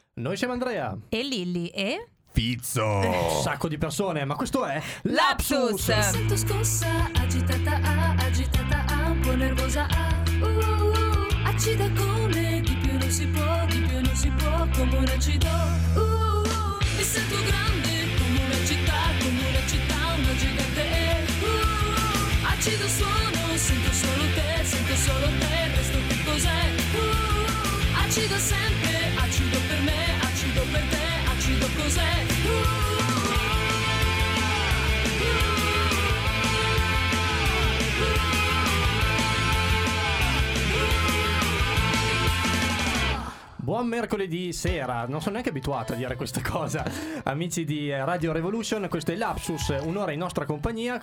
Noi siamo Andrea e Lilli e Fizzo. Un sacco di persone, ma questo è Lapsus. Mi sento scossa, agitata un po' nervosa acida come di più non si può come un acido. Mi sento grande come una città, una gigante. Acido suono, sento solo te, resto che cos'è? Acido sempre, acido per me, acido per te, acido cos'è? Buon mercoledì sera, non sono neanche abituato a dire questa cosa. Amici di Radio Revolution, questo è Lapsus, un'ora in nostra compagnia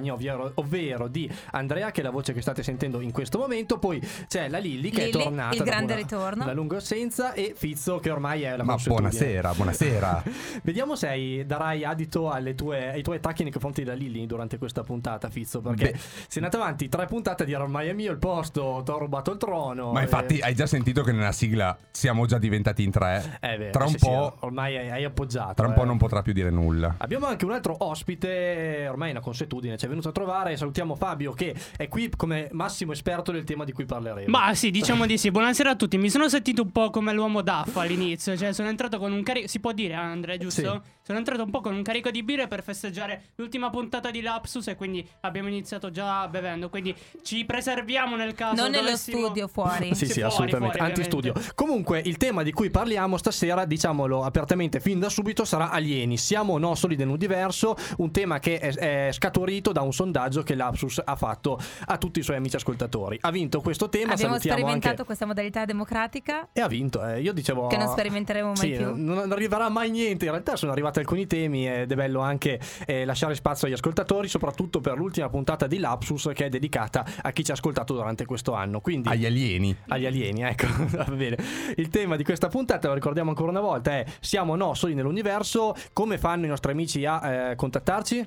ovvero di Andrea, che è la voce che state sentendo in questo momento. Poi c'è la Lilli che è tornata, il grande ritorno, la lunga assenza, e Fizzo che ormai è la consuetudine. Buonasera. Vediamo se darai adito ai tuoi attacchi nei confronti della Lilli durante questa puntata, Fizzo, perché sei andato avanti 3 puntate a dire ormai è mio il posto, t'ho rubato il trono. Ma infatti hai già sentito che nella sigla siamo già diventati in 3. Vero, tra un po', sì, ormai hai appoggiato. Tra un po' non potrà più dire nulla. Abbiamo anche un altro ospite, ormai è una consuetudine, ci è venuto a trovare. Salutiamo Fabio, che è qui come massimo esperto del tema di cui parleremo. Ma sì, diciamo di sì. Buonasera a tutti. Mi sono sentito un po' come l'uomo Duff all'inizio. Cioè sono entrato con un carico, si può dire, Andrea, giusto? Sì. Sono entrato un po' con un carico di birre per festeggiare l'ultima puntata di Lapsus, e quindi abbiamo iniziato già bevendo. Quindi ci preserviamo nel caso non nello studio, fuori. Sì, fuori, assolutamente, fuori, antistudio. Comunque il tema di cui parliamo stasera, diciamolo apertamente fin da subito, sarà alieni. Siamo o no soli nell'universo? Un tema che è scaturito da un sondaggio che Lapsus ha fatto a tutti i suoi amici ascoltatori. Ha vinto questo tema. Abbiamo sperimentato anche questa modalità democratica e ha vinto. Io dicevo che non sperimenteremo mai più. Non arriverà mai niente. In realtà sono arrivati alcuni temi ed è bello anche lasciare spazio agli ascoltatori, soprattutto per l'ultima puntata di Lapsus, che è dedicata a chi ci ha ascoltato durante questo anno. Quindi agli alieni, ecco. Va bene. Il tema di questa puntata, lo ricordiamo ancora una volta, è siamo o no soli nell'universo. Come fanno i nostri amici a contattarci?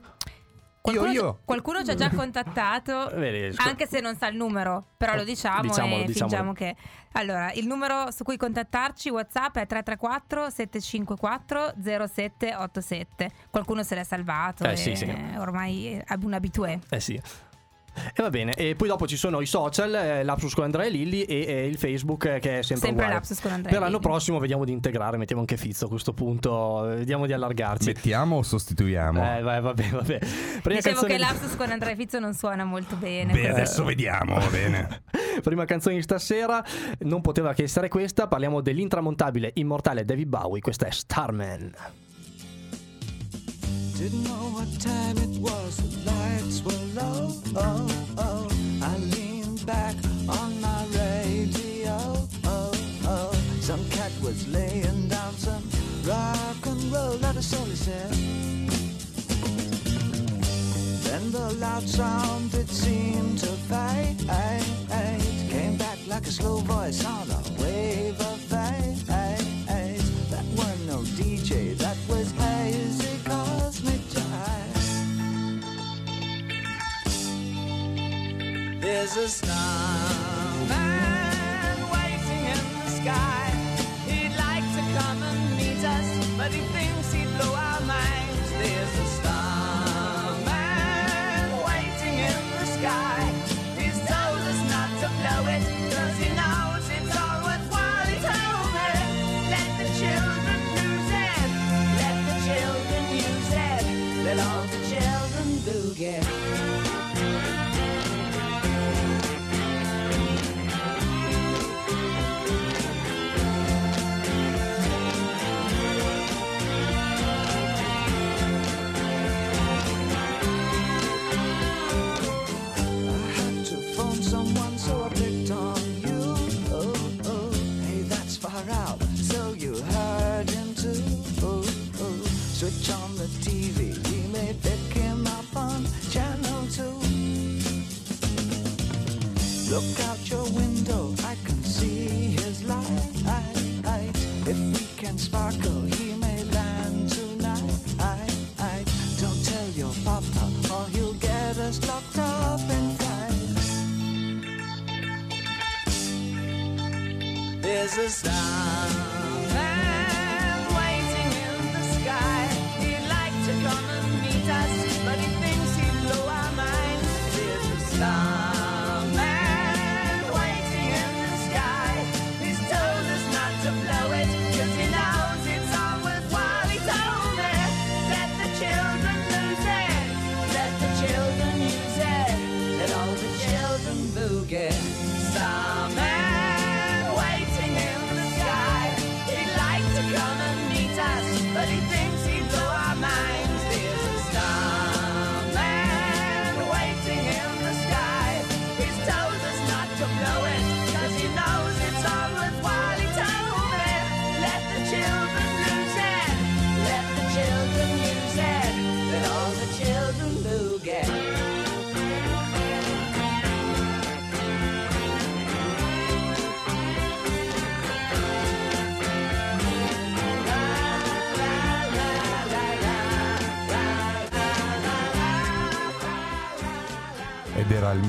Qualcuno ci ha già contattato, anche se non sa il numero, però lo diciamo. Fingiamo che. Allora, il numero su cui contattarci WhatsApp è 334 754 0787. Qualcuno se l'è salvato, sì. Ormai è un abitué. Sì. E va bene, e poi dopo ci sono i social, Lapsus con Andrea e Lilli, e il Facebook che è sempre uguale. Lapsus con Andrea. Per l'anno prossimo vediamo di integrare, mettiamo anche Fizzo a questo punto, vediamo di allargarci. Mettiamo o sostituiamo? Va bene. Dicevo che Lapsus con Andrea e Fizzo non suona molto bene. Adesso vediamo, va bene. Prima canzone di stasera non poteva che essere questa. Parliamo dell'intramontabile, immortale David Bowie. Questa è Starman. Didn't know what time it was, the lights were low. I leaned back on my radio. Some cat was laying down some rock and roll, not a soul, he said. Then the loud sound, it seemed to fade. Came back like a slow voice on a wave of fate. That weren't no DJ, that was hazy cosmic jive. There's a starman waiting in the sky. He'd like to come and meet us, but he thinks he'd blow our minds. There's a starman waiting in the sky. He's told us not to blow it, 'cause he knows it's all worthwhile. He told me, let the children lose it, let the children use it, let all the children boogie. Switch on the TV, we may pick him up on channel 2. Look out your window, I can see his light. If we can sparkle, he may land tonight. Don't tell your papa, or he'll get us locked up in fight. There's a starman Starman waiting in the sky. He's told us not to blow it, 'cause he knows it's all worthwhile. He told me, let the children lose it, let the children use it, let all the children boogie. Starman waiting in the sky. He'd like to come and meet us, but he thinks he'd blow our minds. There's a starman waiting in the sky. He's told us not to blow it, 'cause he knows it's all worthwhile. He told me, let the children lose it, let the children use it, let all the children boogie. Ed era il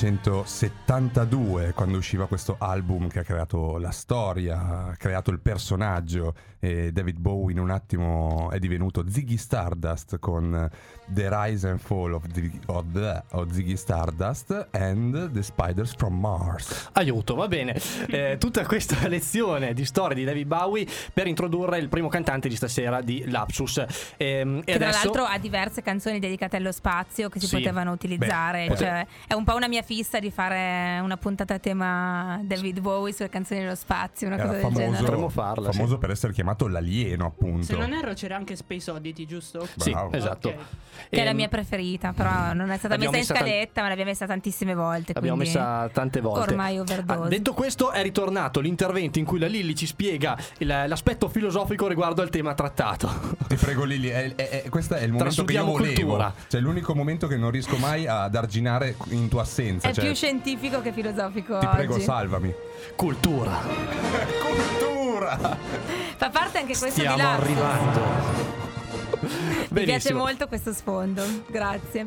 1972 quando usciva questo album che ha creato la storia, ha creato il personaggio, e David Bowie in un attimo è divenuto Ziggy Stardust con The Rise and Fall of Ziggy Stardust and The Spiders from Mars. Aiuto, va bene. Tutta questa lezione di storia di David Bowie per introdurre il primo cantante di stasera di Lapsus. Che tra l'altro ha diverse canzoni dedicate allo spazio che si potevano utilizzare. Cioè, è un po' una mia fissa di fare una puntata a tema David Bowie sulle canzoni dello spazio, una cosa del genere. Potremmo farla. Famoso per essere chiamato l'alieno, appunto. Se non erro c'era anche Space Oddity, giusto? Sì, esatto. Okay. Che è la mia preferita, però non è stata messa in scaletta, ma l'abbiamo messa tantissime volte. L'abbiamo messa tante volte. Ormai overdose. Detto questo, è ritornato l'intervento in cui la Lilli ci spiega l'aspetto filosofico riguardo al tema trattato. Ti prego Lilli, questo è il momento che io volevo. Cultura. Cioè l'unico momento che non riesco mai ad arginare in tua assenza. È più scientifico che filosofico. Ti prego, oggi. salvami. Cultura. Cultura. Fa parte anche questo Stiamo di Lapsus. arrivando. Mi piace molto questo sfondo, grazie.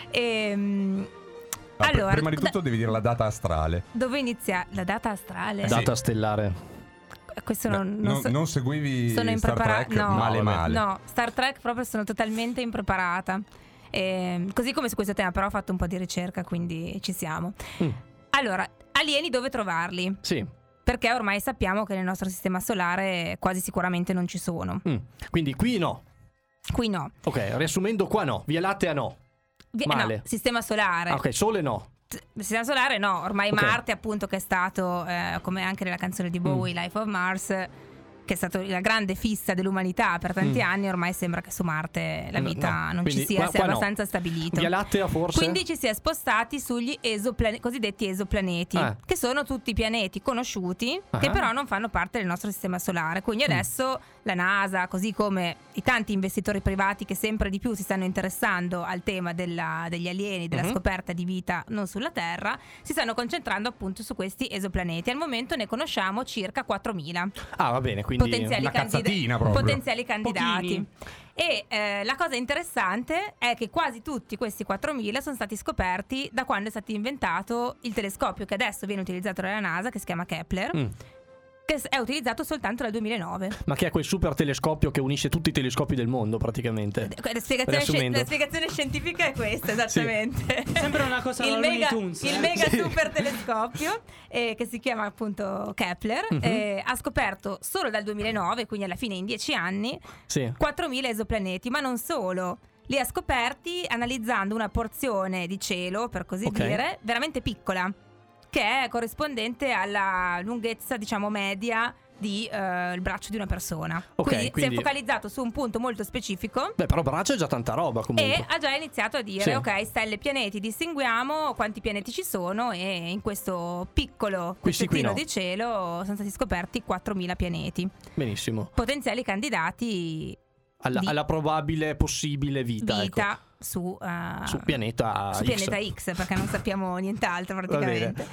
Allora, prima di tutto devi dire la data astrale. Dove inizia? La data astrale? Data stellare. Questo non seguivi sono Star Trek? No, Male. No, Star Trek proprio sono totalmente impreparata. Così come su questo tema, però ho fatto un po' di ricerca, quindi ci siamo. Allora, alieni dove trovarli? Sì. Perché ormai sappiamo che nel nostro sistema solare quasi sicuramente non ci sono. Quindi qui no. Qui no. Ok, riassumendo, qua no. Via Lattea no. Male. No, sistema solare. Ok, Sole no. Sistema solare no. Ormai Marte, appunto, che è stato, come anche nella canzone di Bowie, Life of Mars, che è stata la grande fissa dell'umanità per tanti anni, ormai sembra che su Marte la vita non ci sia, sia abbastanza stabilito. Via Lattea forse? Quindi ci si è spostati sugli cosiddetti esoplaneti, che sono tutti pianeti conosciuti, che però non fanno parte del nostro sistema solare. Quindi adesso la NASA, così come i tanti investitori privati che sempre di più si stanno interessando al tema degli alieni, della scoperta di vita non sulla Terra, si stanno concentrando appunto su questi esoplaneti. Al momento ne conosciamo circa 4.000. Ah, va bene, quindi una cazzatina proprio. Potenziali candidati. E la cosa interessante è che quasi tutti questi 4.000 sono stati scoperti da quando è stato inventato il telescopio che adesso viene utilizzato dalla NASA, che si chiama Kepler, che è utilizzato soltanto dal 2009. Ma che è quel super telescopio che unisce tutti i telescopi del mondo praticamente. La spiegazione scientifica è questa, esattamente. Sì. Sembra una cosa il Looney Tunes, il mega super telescopio che si chiama appunto Kepler, ha scoperto solo dal 2009, quindi alla fine in 10 anni, 4.000 esoplaneti, ma non solo. Li ha scoperti analizzando una porzione di cielo, per così dire, veramente piccola, che è corrispondente alla lunghezza, diciamo, media di il braccio di una persona. Quindi si è focalizzato su un punto molto specifico. Beh, però braccio è già tanta roba comunque. E ha già iniziato a dire ok, stelle e pianeti, distinguiamo quanti pianeti ci sono, e in questo piccolo pezzettino di cielo sono stati scoperti 4.000 pianeti. Benissimo. Potenziali candidati alla probabile possibile vita ecco. su pianeta X, perché non sappiamo nient'altro praticamente.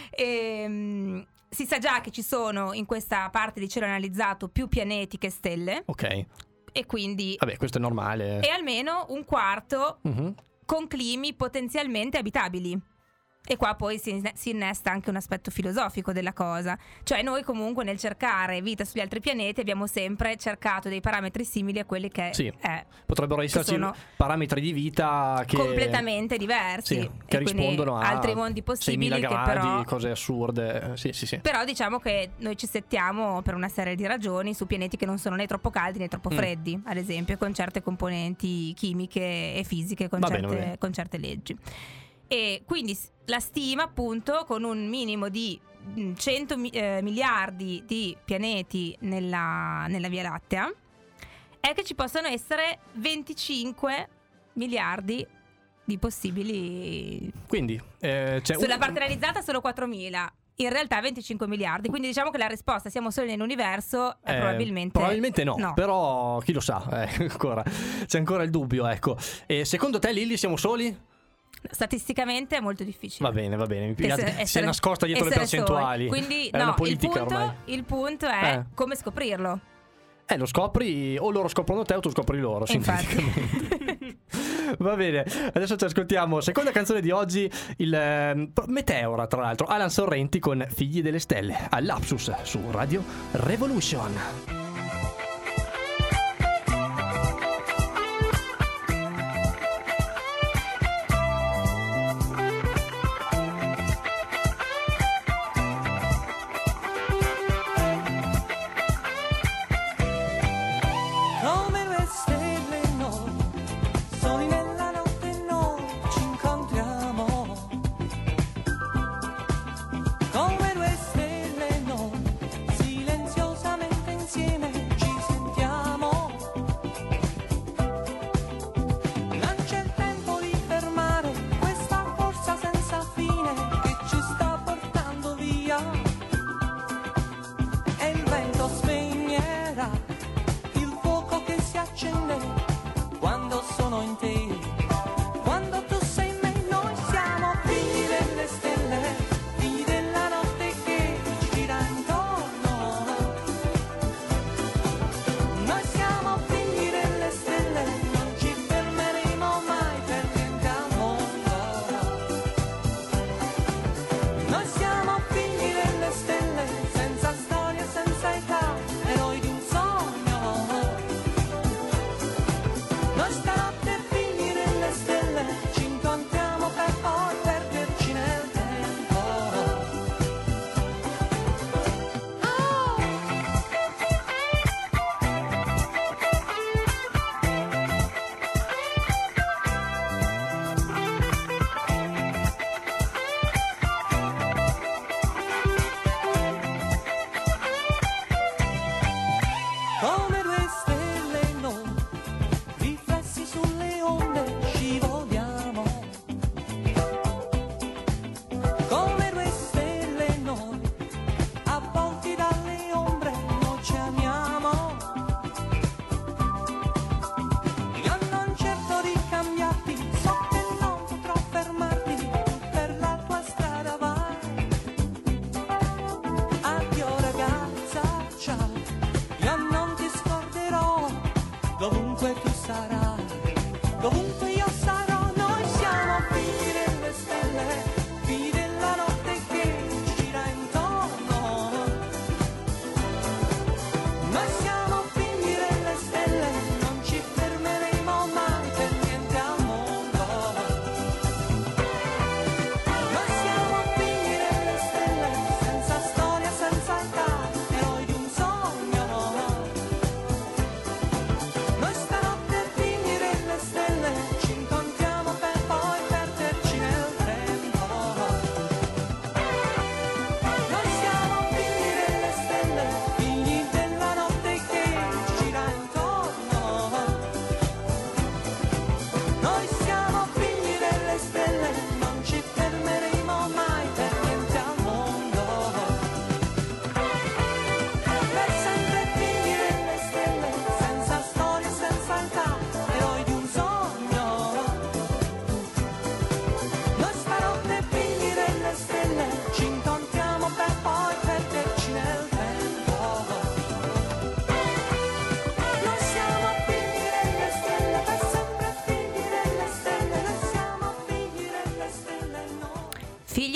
Si sa già che ci sono in questa parte di cielo analizzato più pianeti che stelle. Ok. E quindi vabbè, questo è normale. E almeno un quarto con climi potenzialmente abitabili. E qua poi si innesta anche un aspetto filosofico della cosa. Cioè noi comunque nel cercare vita sugli altri pianeti abbiamo sempre cercato dei parametri simili a quelli che potrebbero esserci parametri di vita che completamente diversi, che rispondono a altri mondi possibili, 6.000 gradi, che però cose assurde. Sì. Però diciamo che noi ci settiamo per una serie di ragioni su pianeti che non sono né troppo caldi né troppo freddi, ad esempio, con certe componenti chimiche e fisiche, con certe leggi. E quindi la stima, appunto, con un minimo di 100 miliardi di pianeti nella Via Lattea, è che ci possono essere 25 miliardi di possibili. Quindi sulla parte realizzata solo 4.000. In realtà 25 miliardi. Quindi diciamo che la risposta siamo soli nell'universo è probabilmente no. Però chi lo sa, ancora c'è ancora il dubbio, ecco. E secondo te, Lilli, siamo soli? Statisticamente è molto difficile. Va bene, mi piace. Si è nascosta dietro le percentuali. Soli. Quindi è una politica il punto è come scoprirlo. Lo scopri, o loro scoprono te o tu scopri loro, sinteticamente. Va bene, adesso ci ascoltiamo seconda canzone di oggi, il Meteora, tra l'altro, Alan Sorrenti con Figli delle Stelle, all'Apsus su Radio Revolution. Come due stelle noi silenziosamente insieme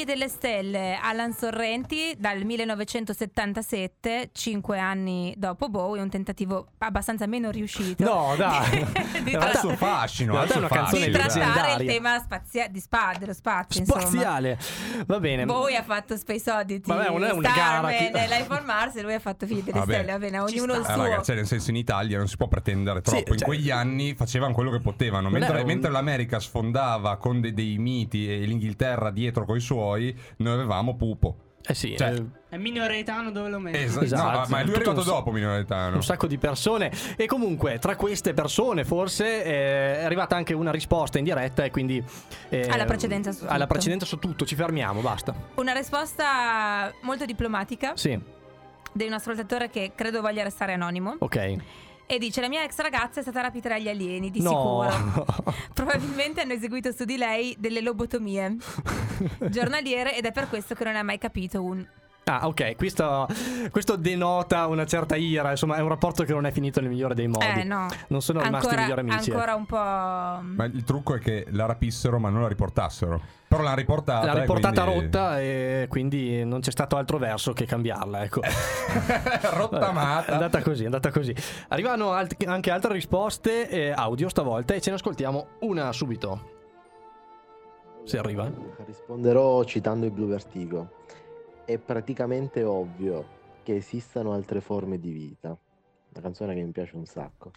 delle Stelle, Alan Sorrenti, dal 1977, 5 anni dopo Bowie, un tentativo abbastanza meno riuscito. No, dai. di ha il suo fascino, è una canzone di trattare leggendaria. il tema dello spazio, spaziale. Va bene. Bowie ha fatto Space Oddity, Vabbè, non è una gara. Life on Mars, e lui ha fatto Figli delle Stelle. Va bene, ognuno il suo. Ragazzi, nel senso, in Italia non si può pretendere troppo. In quegli anni facevano quello che potevano, mentre l'America sfondava con dei miti e l'Inghilterra dietro coi suoi, noi avevamo Pupo. Sì, è Mino Reitano, dove lo metti? Esatto. No, ma lui è arrivato dopo Mino Reitano. Un sacco di persone. E comunque tra queste persone forse è arrivata anche una risposta in diretta, e quindi alla precedenza su tutto. Alla precedenza su tutto. Ci fermiamo, basta. Una risposta molto diplomatica. Sì. Di un ascoltatore che credo voglia restare anonimo. Ok. E dice: la mia ex ragazza è stata rapita dagli alieni, di sicuro. Probabilmente hanno eseguito su di lei delle lobotomie giornaliere, ed è per questo che non ha mai capito un... Ah, ok, questo denota una certa ira. Insomma, è un rapporto che non è finito nel migliore dei modi. No. Non sono rimasti migliori amici. Ancora un po'. Ma il trucco è che la rapissero ma non la riportassero. Però l'hanno riportata. L'ha riportata quindi... rotta, e quindi non c'è stato altro verso che cambiarla, ecco. Rottamata. È andata così. Arrivano anche altre risposte audio stavolta, e ce ne ascoltiamo una subito. Se arriva. Risponderò citando i Blue Vertigo. È praticamente ovvio che esistano altre forme di vita. Una canzone che mi piace un sacco.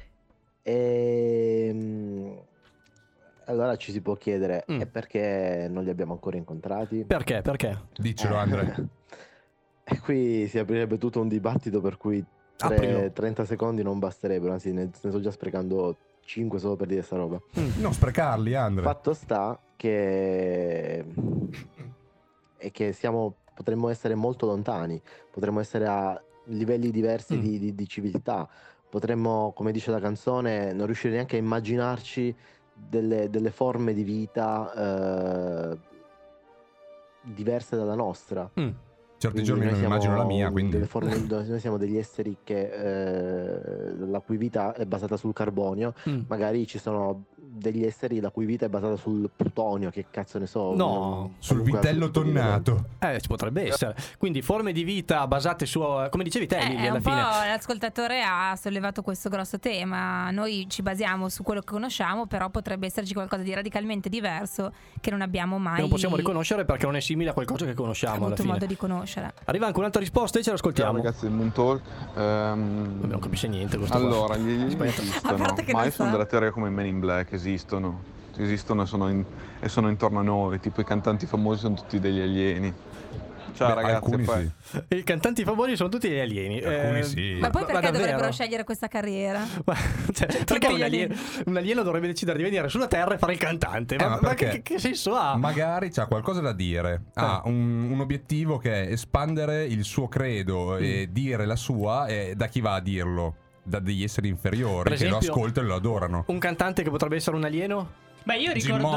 Allora ci si può chiedere, e perché non li abbiamo ancora incontrati? Perché? Dicelo, Andrea. E qui si aprirebbe tutto un dibattito per cui 30 secondi non basterebbero, anzi ne sto già sprecando 5 solo per dire sta roba. Non sprecarli, Andrea. Fatto sta che potremmo essere molto lontani, potremmo essere a livelli diversi di civiltà, potremmo, come dice la canzone, non riuscire neanche a immaginarci delle forme di vita diverse dalla nostra. Certi giorni non immagino la mia, quindi noi siamo degli esseri la cui vita è basata sul carbonio. Magari ci sono degli esseri la cui vita è basata sul plutonio, che cazzo ne so. No, sul vitello tonnato. Ci potrebbe essere. Quindi forme di vita basate su, come dicevi te, Lili, alla fine. L'ascoltatore ha sollevato questo grosso tema. Noi ci basiamo su quello che conosciamo, però potrebbe esserci qualcosa di radicalmente diverso che non abbiamo mai. Che non possiamo riconoscere perché non è simile a qualcosa che conosciamo alla fine. modo di conoscere. Arriva anche un'altra risposta e ce l'ascoltiamo. Ciao ragazzi del Moon Talk. Non capisce niente questo. Allora, gli alieni esistono, ma sono della teoria come Men in Black, esistono e sono intorno a noi, tipo i cantanti famosi sono tutti degli alieni. Ciao ragazzi. Sì. I cantanti famosi sono tutti degli alieni. Alcuni sì. Ma poi perché dovrebbero scegliere questa carriera? Perché un alieno dovrebbe decidere di venire sulla Terra e fare il cantante? Ma che senso ha? Magari c'ha qualcosa da dire. Ha un obiettivo che è espandere il suo credo e dire la sua, e da chi va a dirlo? Da degli esseri inferiori, per esempio, che lo ascoltano e lo adorano. Un cantante che potrebbe essere un alieno? Beh, io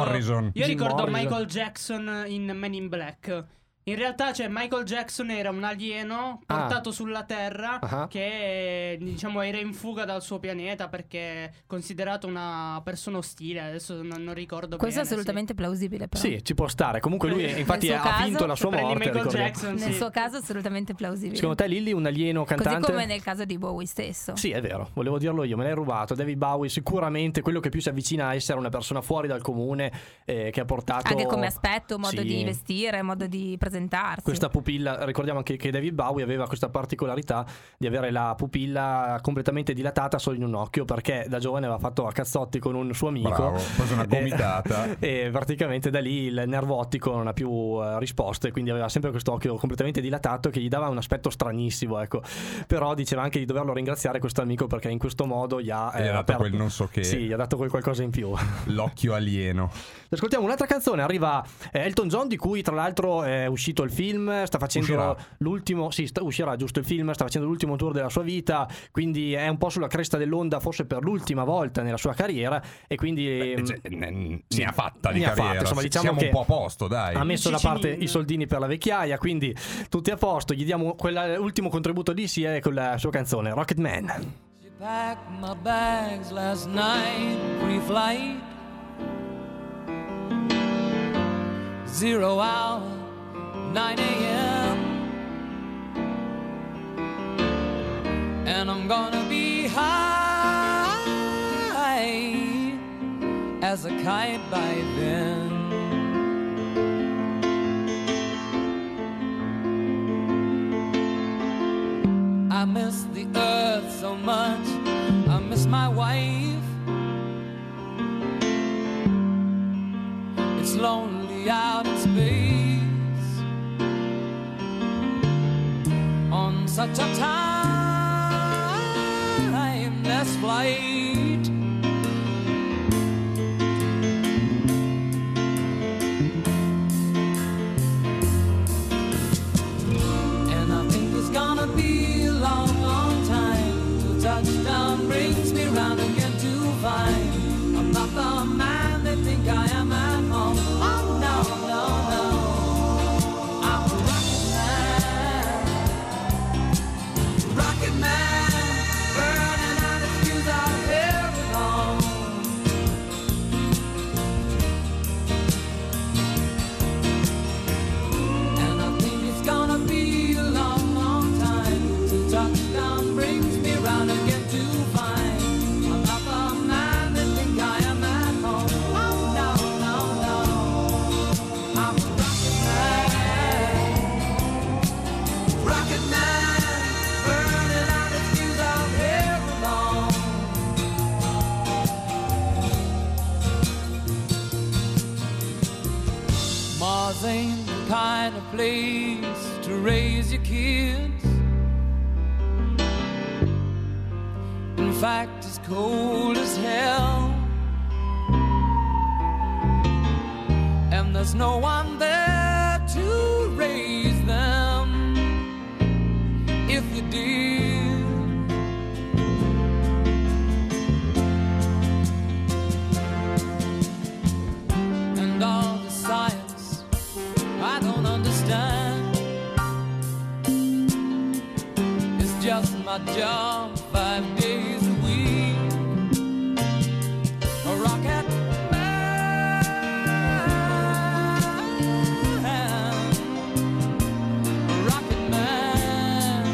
ricordo Michael Jackson in Men in Black. In realtà, Michael Jackson era un alieno portato sulla Terra che, diciamo, era in fuga dal suo pianeta perché è considerato una persona ostile. Adesso non ricordo questo bene. Questo è assolutamente plausibile, però. Sì, ci può stare. Comunque lui infatti ha vinto la sua morte. Nel suo caso assolutamente plausibile. Secondo te, Lilli, un alieno cantante? Così come nel caso di Bowie stesso. Sì, è vero, volevo dirlo io, me l'hai rubato. David Bowie sicuramente quello che più si avvicina a essere una persona fuori dal comune, che ha portato anche come aspetto, modo di vestire, modo di presentarsi. Questa pupilla, ricordiamo anche che David Bowie aveva questa particolarità di avere la pupilla completamente dilatata solo in un occhio, perché da giovane aveva fatto a cazzotti con un suo amico. Bravo, preso una gomitata. E praticamente da lì il nervo ottico non ha più risposte, quindi aveva sempre questo occhio completamente dilatato che gli dava un aspetto stranissimo, ecco. Però diceva anche di doverlo ringraziare questo amico, perché in questo modo gli ha dato quel non so che. Sì, gli ha dato quel qualcosa in più. L'occhio alieno. Ascoltiamo un'altra canzone, arriva Elton John, di cui tra l'altro è uscito il film, sta facendo l'ultimo, uscirà giusto il film, sta facendo l'ultimo tour della sua vita, quindi è un po' sulla cresta dell'onda, forse per l'ultima volta nella sua carriera, e quindi ne ha fatta di carriera, insomma, diciamo siamo che un po' a posto, dai. Ha messo da parte i soldini per la vecchiaia, quindi tutti a posto, gli diamo quell'ultimo contributo di Sia con la sua canzone Rocket Man. She packed my bags last night, pre-flight, 0 hour 9 a.m. And I'm gonna be high as a kite by then. I miss the earth so much, I miss my wife. It's lonely out in space on such a timeless flight. And I think it's gonna be a long, long time till touchdown brings me round again to find I'm not the man they think I am at home. Oh no, no, no, I'm a rocket man, burning out his fuse out here alone. And I think it's gonna be a long, long time till touchdown brings me round again to find I'm not the man they think I am at home. Oh no, no, no, I'm a rocket man, burning out his fuse out here alone. Mars ain't the kind of place to raise your kids. In fact, it's cold as hell, and there's no one there to raise them if you did. And all the science I don't understand, it's just my job 5 days a week. A rocket man, a rocket man.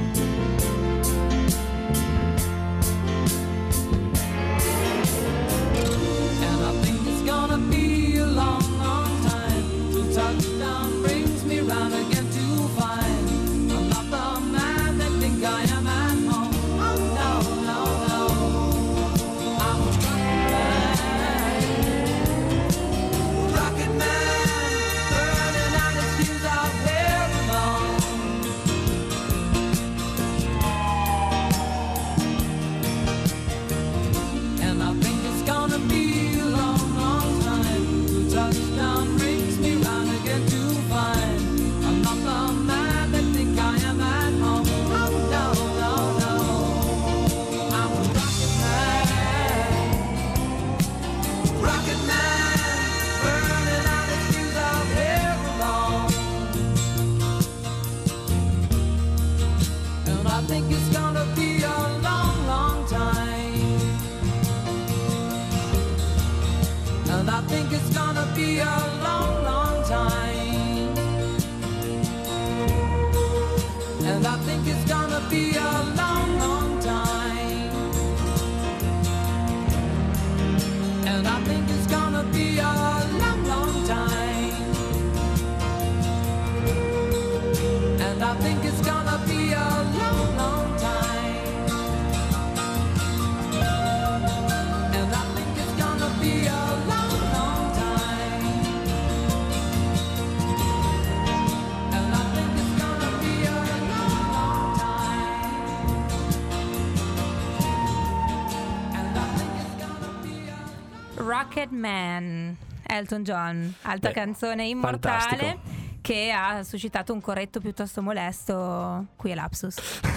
And I think it's gonna be a long, long time till touchdown brings me round again to find I'm not the man they think I am at home. Oh no, no, no, I'm a rocket man, burning out his fuse out here alone. And I think it's gonna be a long, long time till touchdown brings me round again to find I'm not the man they think I am at home. Oh no, no, no, I'm a rocket man, burning out his fuse out here alone. And I think it's gonna be a long, long time. And I think it's gonna be a long, long time. And I think it's gonna be a long, long time. And I think it's gonna be a long, long time. And I think it's gonna be a long, long time. And I think it's gonna be a long, long time. And I think it's gonna be a long, long time. And I think it's gonna be a Rocket Man, Elton John, alta canzone immortale. fantastico. Che ha suscitato un corretto piuttosto molesto qui a Lapsus.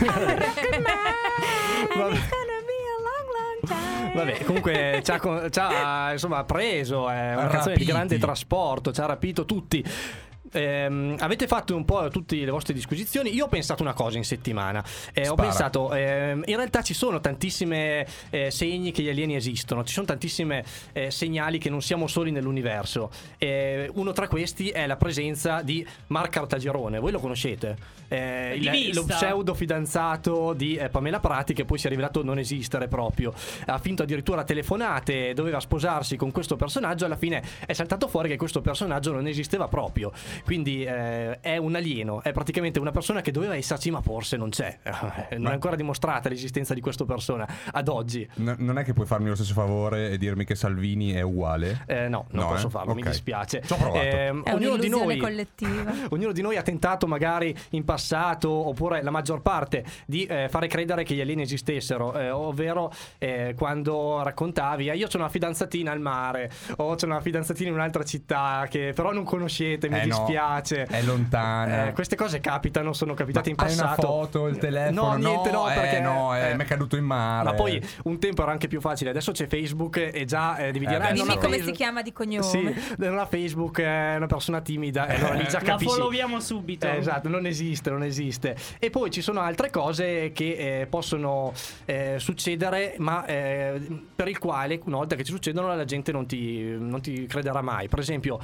Vabbè, comunque ci ha insomma preso, è una canzone di grande trasporto, ci ha rapito tutti. avete fatto un po' tutte le vostre disquisizioni. Io ho pensato una cosa in settimana. Ho pensato, in realtà ci sono tantissime segni che gli alieni esistono. Ci sono tantissime segnali che non siamo soli nell'universo. Uno tra questi è la presenza di Mark Caltagirone. Voi lo conoscete? Lo pseudo fidanzato di Pamela Prati, che poi si è rivelato non esistere proprio. Ha finto addirittura telefonate, doveva sposarsi con questo personaggio. Alla fine è saltato fuori che questo personaggio non esisteva proprio. Quindi è un alieno, è praticamente una persona che doveva esserci, ma forse non c'è. Non è ancora dimostrata l'esistenza di questa persona ad oggi. Non è che puoi farmi lo stesso favore e dirmi che Salvini è uguale? No, non posso farlo, okay. Mi dispiace. Ci ho provato. Ognuno di noi collettiva. Ognuno di noi ha tentato magari in passato, oppure la maggior parte, di fare credere che gli alieni esistessero, ovvero quando raccontavi io c'ho una fidanzatina al mare, o c'ho una fidanzatina in un'altra città che però non conoscete, mi dispiace, è lontana. Queste cose capitano, sono capitate in passato. Hai una foto, il telefono? No, niente, perché mi è caduto in mare. Ma poi un tempo era anche più facile, adesso c'è Facebook e già devi dire dimmi come si chiama di cognome. Sì, non ha Facebook, è una persona timida, allora lì già capisci. La followiamo subito. Esatto, non esiste. E poi ci sono altre cose che possono succedere, ma per il quale una volta che ci succedono la gente non ti crederà mai. Per esempio,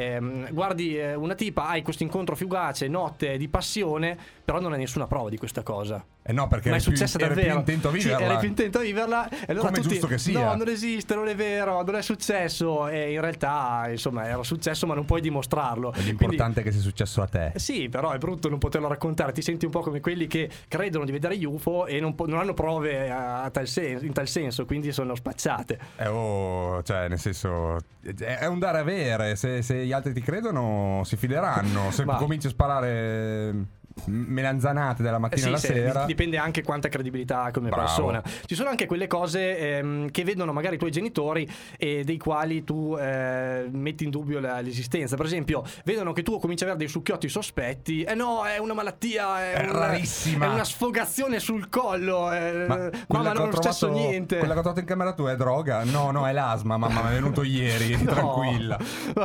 guardi una tipa, hai questo incontro fugace, notte di passione, però non hai nessuna prova di questa cosa. No, perché ma è successa davvero. Eri più intento a viverla. Sì, eri più intento a viverla. E allora come giusto che sia. No, non esiste, non è vero, non è successo. E in realtà, insomma, era successo, ma non puoi dimostrarlo. E l'importante è che sia successo a te. Sì, però è brutto non poterlo raccontare. Ti senti un po' come quelli che credono di vedere UFO e non hanno prove in tal senso, quindi sono spacciate. Cioè, nel senso, è un dare avere. Se gli altri ti credono, si fideranno. Se cominci a sparare melanzanate dalla mattina alla sera, dipende anche quanta credibilità hai come persona. Ci sono anche quelle cose che vedono magari i tuoi genitori e dei quali tu metti in dubbio l'esistenza. Per esempio, vedono che tu cominci ad avere dei succhiotti sospetti. No, è una malattia, è rarissima, è una sfogazione sul collo, ma non è successo niente. Quella che ho trovato in camera tua è droga? No, è l'asma, mamma, mi è venuto ieri. Tranquilla.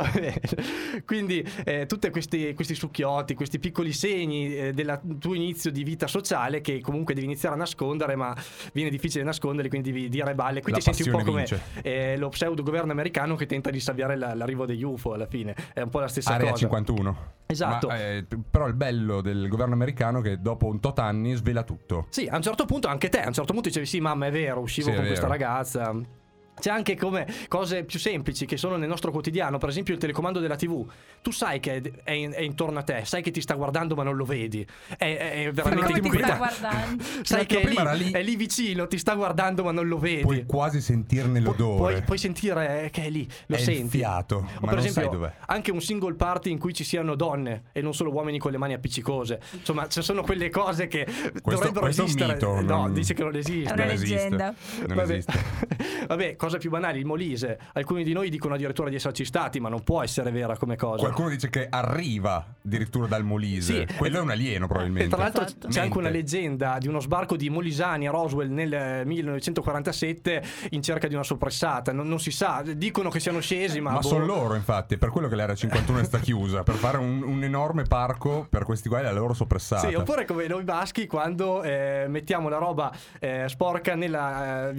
Quindi tutti questi succhiotti, questi piccoli segni del tuo inizio di vita sociale che comunque devi iniziare a nascondere, ma viene difficile nasconderli, quindi devi dire balle. Qui ti senti un po' come lo pseudo governo americano che tenta di salvare l'arrivo degli UFO. Alla fine è un po' la stessa Area cosa. 51. Esatto. Però il bello del governo americano è che dopo un tot anni svela tutto. Sì, a un certo punto anche te, a un certo punto dicevi sì, mamma, è vero, uscivo con questa ragazza. C'è anche come cose più semplici che sono nel nostro quotidiano, per esempio il telecomando della TV. Tu sai che è intorno a te, sai che ti sta guardando ma non lo vedi. È veramente inquietante. Sai che è lì vicino, ti sta guardando ma non lo vedi. Puoi quasi sentirne l'odore. Puoi sentire che è lì, lo senti. Il fiato, o ma per non esempio, sai dov'è. Anche un single party in cui ci siano donne e non solo uomini con le mani appiccicose. Insomma, ci sono quelle cose che dovrebbero esistere. È un mito, no, dice che non esiste. È una leggenda. Non esiste. Vabbè, cose più banali, il Molise. Alcuni di noi dicono addirittura di esserci stati, ma non può essere vera come cosa. Qualcuno dice che arriva addirittura dal Molise. Sì, quello è un alieno probabilmente. E tra l'altro c'è anche una leggenda di uno sbarco di molisani a Roswell nel 1947 in cerca di una soppressata. Non si sa, dicono che siano scesi, ma sono loro, infatti, è per quello che l'area 51 sta chiusa, per fare un enorme parco per questi qua, la loro soppressata. Sì, oppure come noi maschi quando mettiamo la roba sporca nella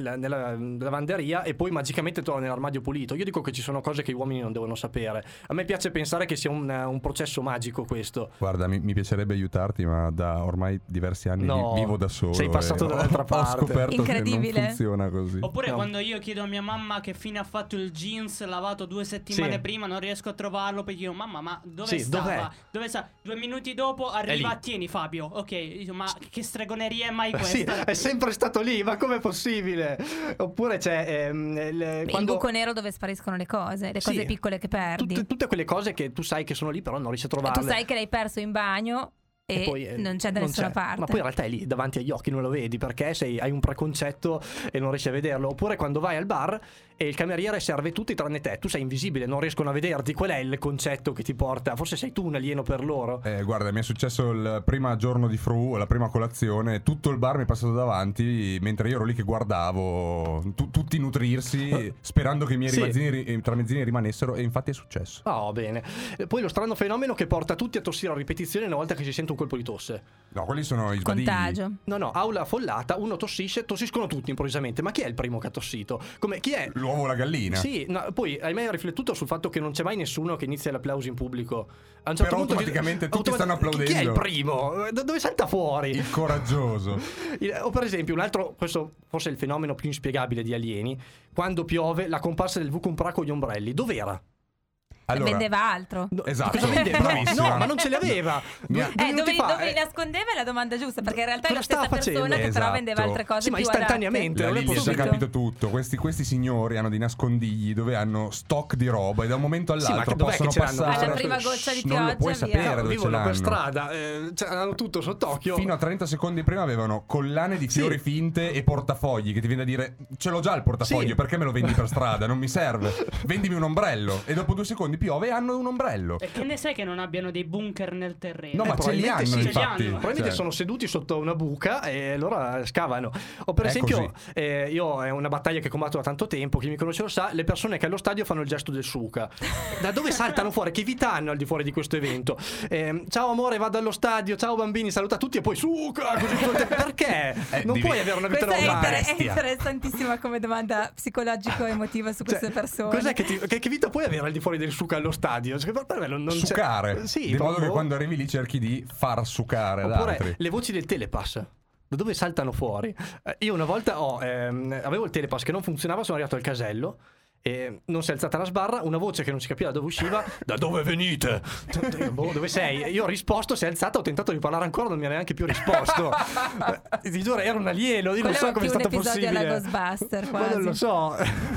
lavanderia e poi magicamente torna nell'armadio pulito. Io dico che ci sono cose che gli uomini non devono sapere. A me piace pensare che sia un processo magico questo. Guarda, mi piacerebbe aiutarti, ma da ormai diversi anni vivo da solo. Sei passato dall'altra parte. Ho scoperto che non funziona così. Oppure quando io chiedo a mia mamma che fine ha fatto il jeans lavato 2 settimane prima, non riesco a trovarlo, perché io, mamma, ma dove stava? Dove sta? 2 minuti dopo arriva, tieni Fabio. Ok, ma che stregoneria è mai questa? Sì, è sempre stato lì, ma com'è possibile? Oppure c'è il buco nero dove spariscono le cose piccole che perdi. Tutte quelle cose che tu sai che sono lì, però non riesci a trovarle. Tu sai che l'hai perso in bagno e poi non c'è da nessuna parte. Ma poi in realtà è lì davanti agli occhi, non lo vedi perché hai un preconcetto e non riesci a vederlo. Oppure quando vai al bar e il cameriere serve tutti tranne te, tu sei invisibile, non riescono a vederti. Qual è il concetto che ti porta? Forse sei tu un alieno per loro. Guarda, mi è successo il primo giorno di Fru, la prima colazione, tutto il bar mi è passato davanti mentre io ero lì che guardavo tutti nutrirsi sperando che i miei tramezzini rimanessero, e infatti è successo. Oh, bene. Poi lo strano fenomeno che porta tutti a tossire a ripetizione una volta che si sente un colpo di tosse. No, quelli sono i sbadigli. Contagio. No, aula affollata, uno tossiscono tutti improvvisamente. Ma chi è il primo che ha tossito? Chi è? L'uovo o la gallina? Sì, no, poi hai mai riflettuto sul fatto che non c'è mai nessuno che inizia l'applauso in pubblico? A un certo punto automaticamente tutti stanno applaudendo. Chi è il primo? Dove salta fuori? Il coraggioso. O per esempio un altro, questo forse è il fenomeno più inspiegabile di alieni, quando piove la comparsa del Vukumpra con gli ombrelli. Dov'era? Allora, vendeva altro. Esatto. Cosa vendeva? No, ma non ce li aveva. Dove li nascondeva è la domanda giusta, perché in realtà è la stessa persona che però vendeva altre cose. Sì, ma istantaneamente. La Lilli ha già capito tutto. Questi signori hanno dei nascondigli dove hanno stock di roba e da un momento all'altro possono passare. Alla prima goccia di pioggia, non lo puoi sapere dove vivono per strada, hanno tutto sott'occhio. Fino a 30 secondi prima avevano collane di fiori finte e portafogli, che ti viene da dire: ce l'ho già il portafoglio, perché me lo vendi per strada? Non mi serve, vendimi un ombrello. E dopo 2 secondi piove e hanno un ombrello. E che ne sai che non abbiano dei bunker nel terreno? No, ma ce li hanno, infatti. Probabilmente sono seduti sotto una buca e allora scavano. O per esempio, io è una battaglia che combatto da tanto tempo, chi mi conosce lo sa, le persone che allo stadio fanno il gesto del suca. Da dove saltano fuori? Che vita hanno al di fuori di questo evento? Ciao amore, vado allo stadio, ciao bambini, saluta tutti e poi suca. Perché? Non puoi avere una vita normale. È interessantissima come domanda psicologico-emotiva su queste persone. Cos'è che vita puoi avere al di fuori del suca allo stadio? Per me non sucare. Sì, di modo che quando arrivi lì cerchi di far sucare ad altri. Le voci del telepass, da dove saltano fuori? Io una volta avevo il telepass che non funzionava, sono arrivato al casello e non si è alzata la sbarra, una voce che non si capiva da dove usciva: da dove venite? Dove sei? Io ho risposto, si è alzata, ho tentato di parlare ancora, non mi ha neanche più risposto. Ti giuro, era un alieno, io non so come è stato possibile. Alla Ghostbuster, quasi. Non lo so.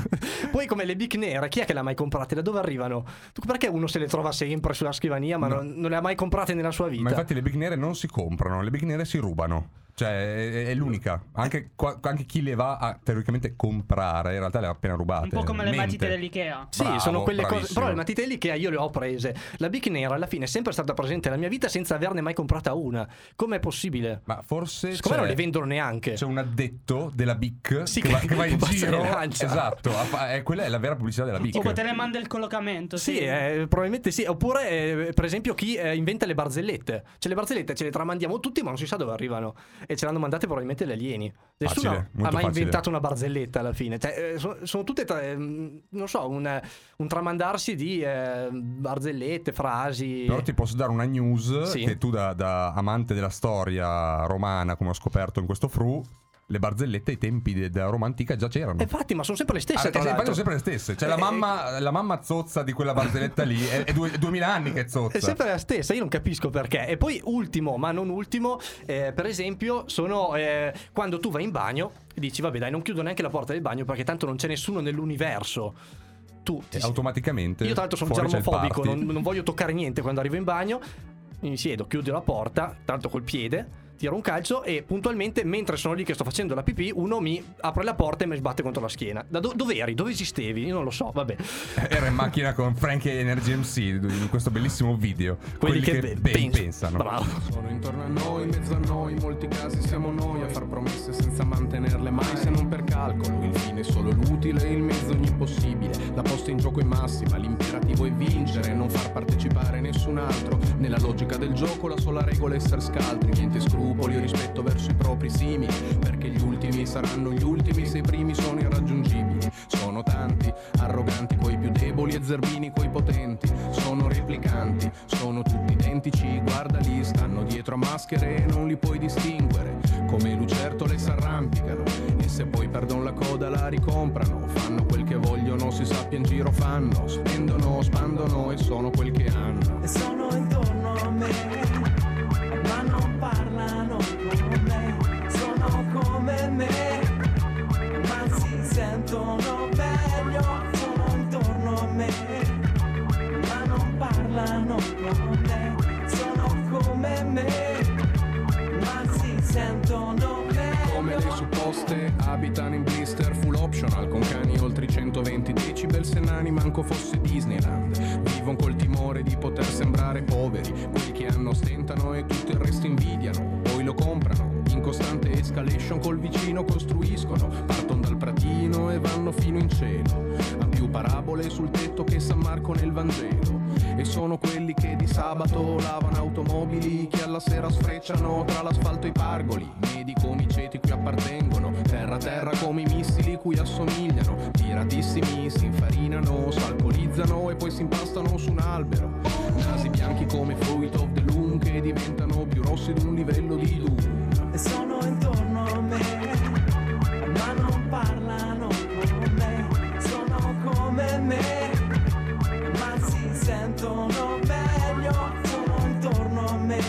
Poi come le Bic nere, chi è che le ha mai comprate? Da dove arrivano? Perché uno se le trova sempre sulla scrivania ma non le ha mai comprate nella sua vita? Ma infatti le Bic nere non si comprano, le Bic nere si rubano. Cioè è l'unica. Anche chi le va a teoricamente comprare in realtà le ha appena rubate. Un po' come le matite dell'Ikea. Sì, sono quelle cose. Però le matite dell'Ikea io le ho prese. La Bic nera alla fine è sempre stata presente nella mia vita senza averne mai comprata una. Com'è possibile? Ma forse siccome non le vendono neanche. C'è un addetto della Bic che va in giro. Esatto, quella è la vera pubblicità della Bic. O te ne manda il collocamento. Sì, probabilmente sì. Oppure per esempio chi inventa le barzellette. Cioè le barzellette ce le tramandiamo tutti ma non si sa dove arrivano. E ce l'hanno mandate probabilmente gli alieni. Nessuno ha mai inventato una barzelletta alla fine. Cioè, sono tutte non so, un tramandarsi di barzellette, frasi. Però ti posso dare una news che tu da amante della storia romana, come ho scoperto in questo Fru, le barzellette ai tempi della Roma antica già c'erano. Infatti, ma sono sempre le stesse. Sono sempre le stesse. Cioè la mamma zozza di quella barzelletta lì è 2000 anni che è zozza. È sempre la stessa, io non capisco perché. E poi ultimo, ma non ultimo, per esempio, sono quando tu vai in bagno e dici vabbè dai, non chiudo neanche la porta del bagno perché tanto non c'è nessuno nell'universo. Automaticamente. Io tra l'altro sono germofobico, non voglio toccare niente quando arrivo in bagno. Mi siedo, chiudo la porta, tanto col piede, tiro un calcio e puntualmente mentre sono lì che sto facendo la pipì uno mi apre la porta e mi sbatte contro la schiena. Dove eri? Dove esistevi? Io non lo so, vabbè. Era in macchina con Frank e Energy MC in questo bellissimo video. Quelli che ben pensano. Bravo. Sono intorno a noi, in mezzo a noi, in molti casi siamo noi a far promesse senza mantenerle mai, se non per calcolo. Il fine è solo l'utile, il mezzo ogni possibile. La posta in gioco è massima, l'imperativo è vincere, non far partecipare nessun altro. Nella logica del gioco la sola regola è essere scaltri, niente scrupoli o rispetto verso i propri simili, perché gli ultimi saranno gli ultimi se i primi sono irraggiungibili. Sono tanti, arroganti coi più deboli e zerbini coi potenti. Sono replicanti, sono tutti identici, guardali, stanno dietro a maschere e non li puoi distinguere. Come lucertole s'arrampicano e se poi perdono la coda la ricomprano. Fanno quel che vogliono, si sappia in giro fanno, spendono, spandono e sono quel che hanno. E sono intorno a me, ma non parlano con me. Sono come me, ma si sentono meglio. Sono intorno a me, ma non parlano con me. Sono come me. manco fosse Disneyland. Vivono col timore di poter sembrare poveri, quelli che hanno ostentano e tutto il resto invidiano, poi lo comprano. In costante escalation col vicino costruiscono, partono dal pratino e vanno fino in cielo. Han più parabole sul tetto che San Marco nel Vangelo. E sono quelli che di sabato lavano automobili, che alla sera sfrecciano tra l'asfalto e i pargoli. Medi come i ceti cui appartengono, terra a terra come i missili cui assomigliano. Tiratissimi si infarinano, s'alcolizzano e poi si impastano su un albero. Nasi bianchi come Fruit of the Loom, che diventano più rossi di un livello di Doom. E sono intorno a me, ma non parlano con me. Sono come me, ma si sentono meglio. Sono intorno a me,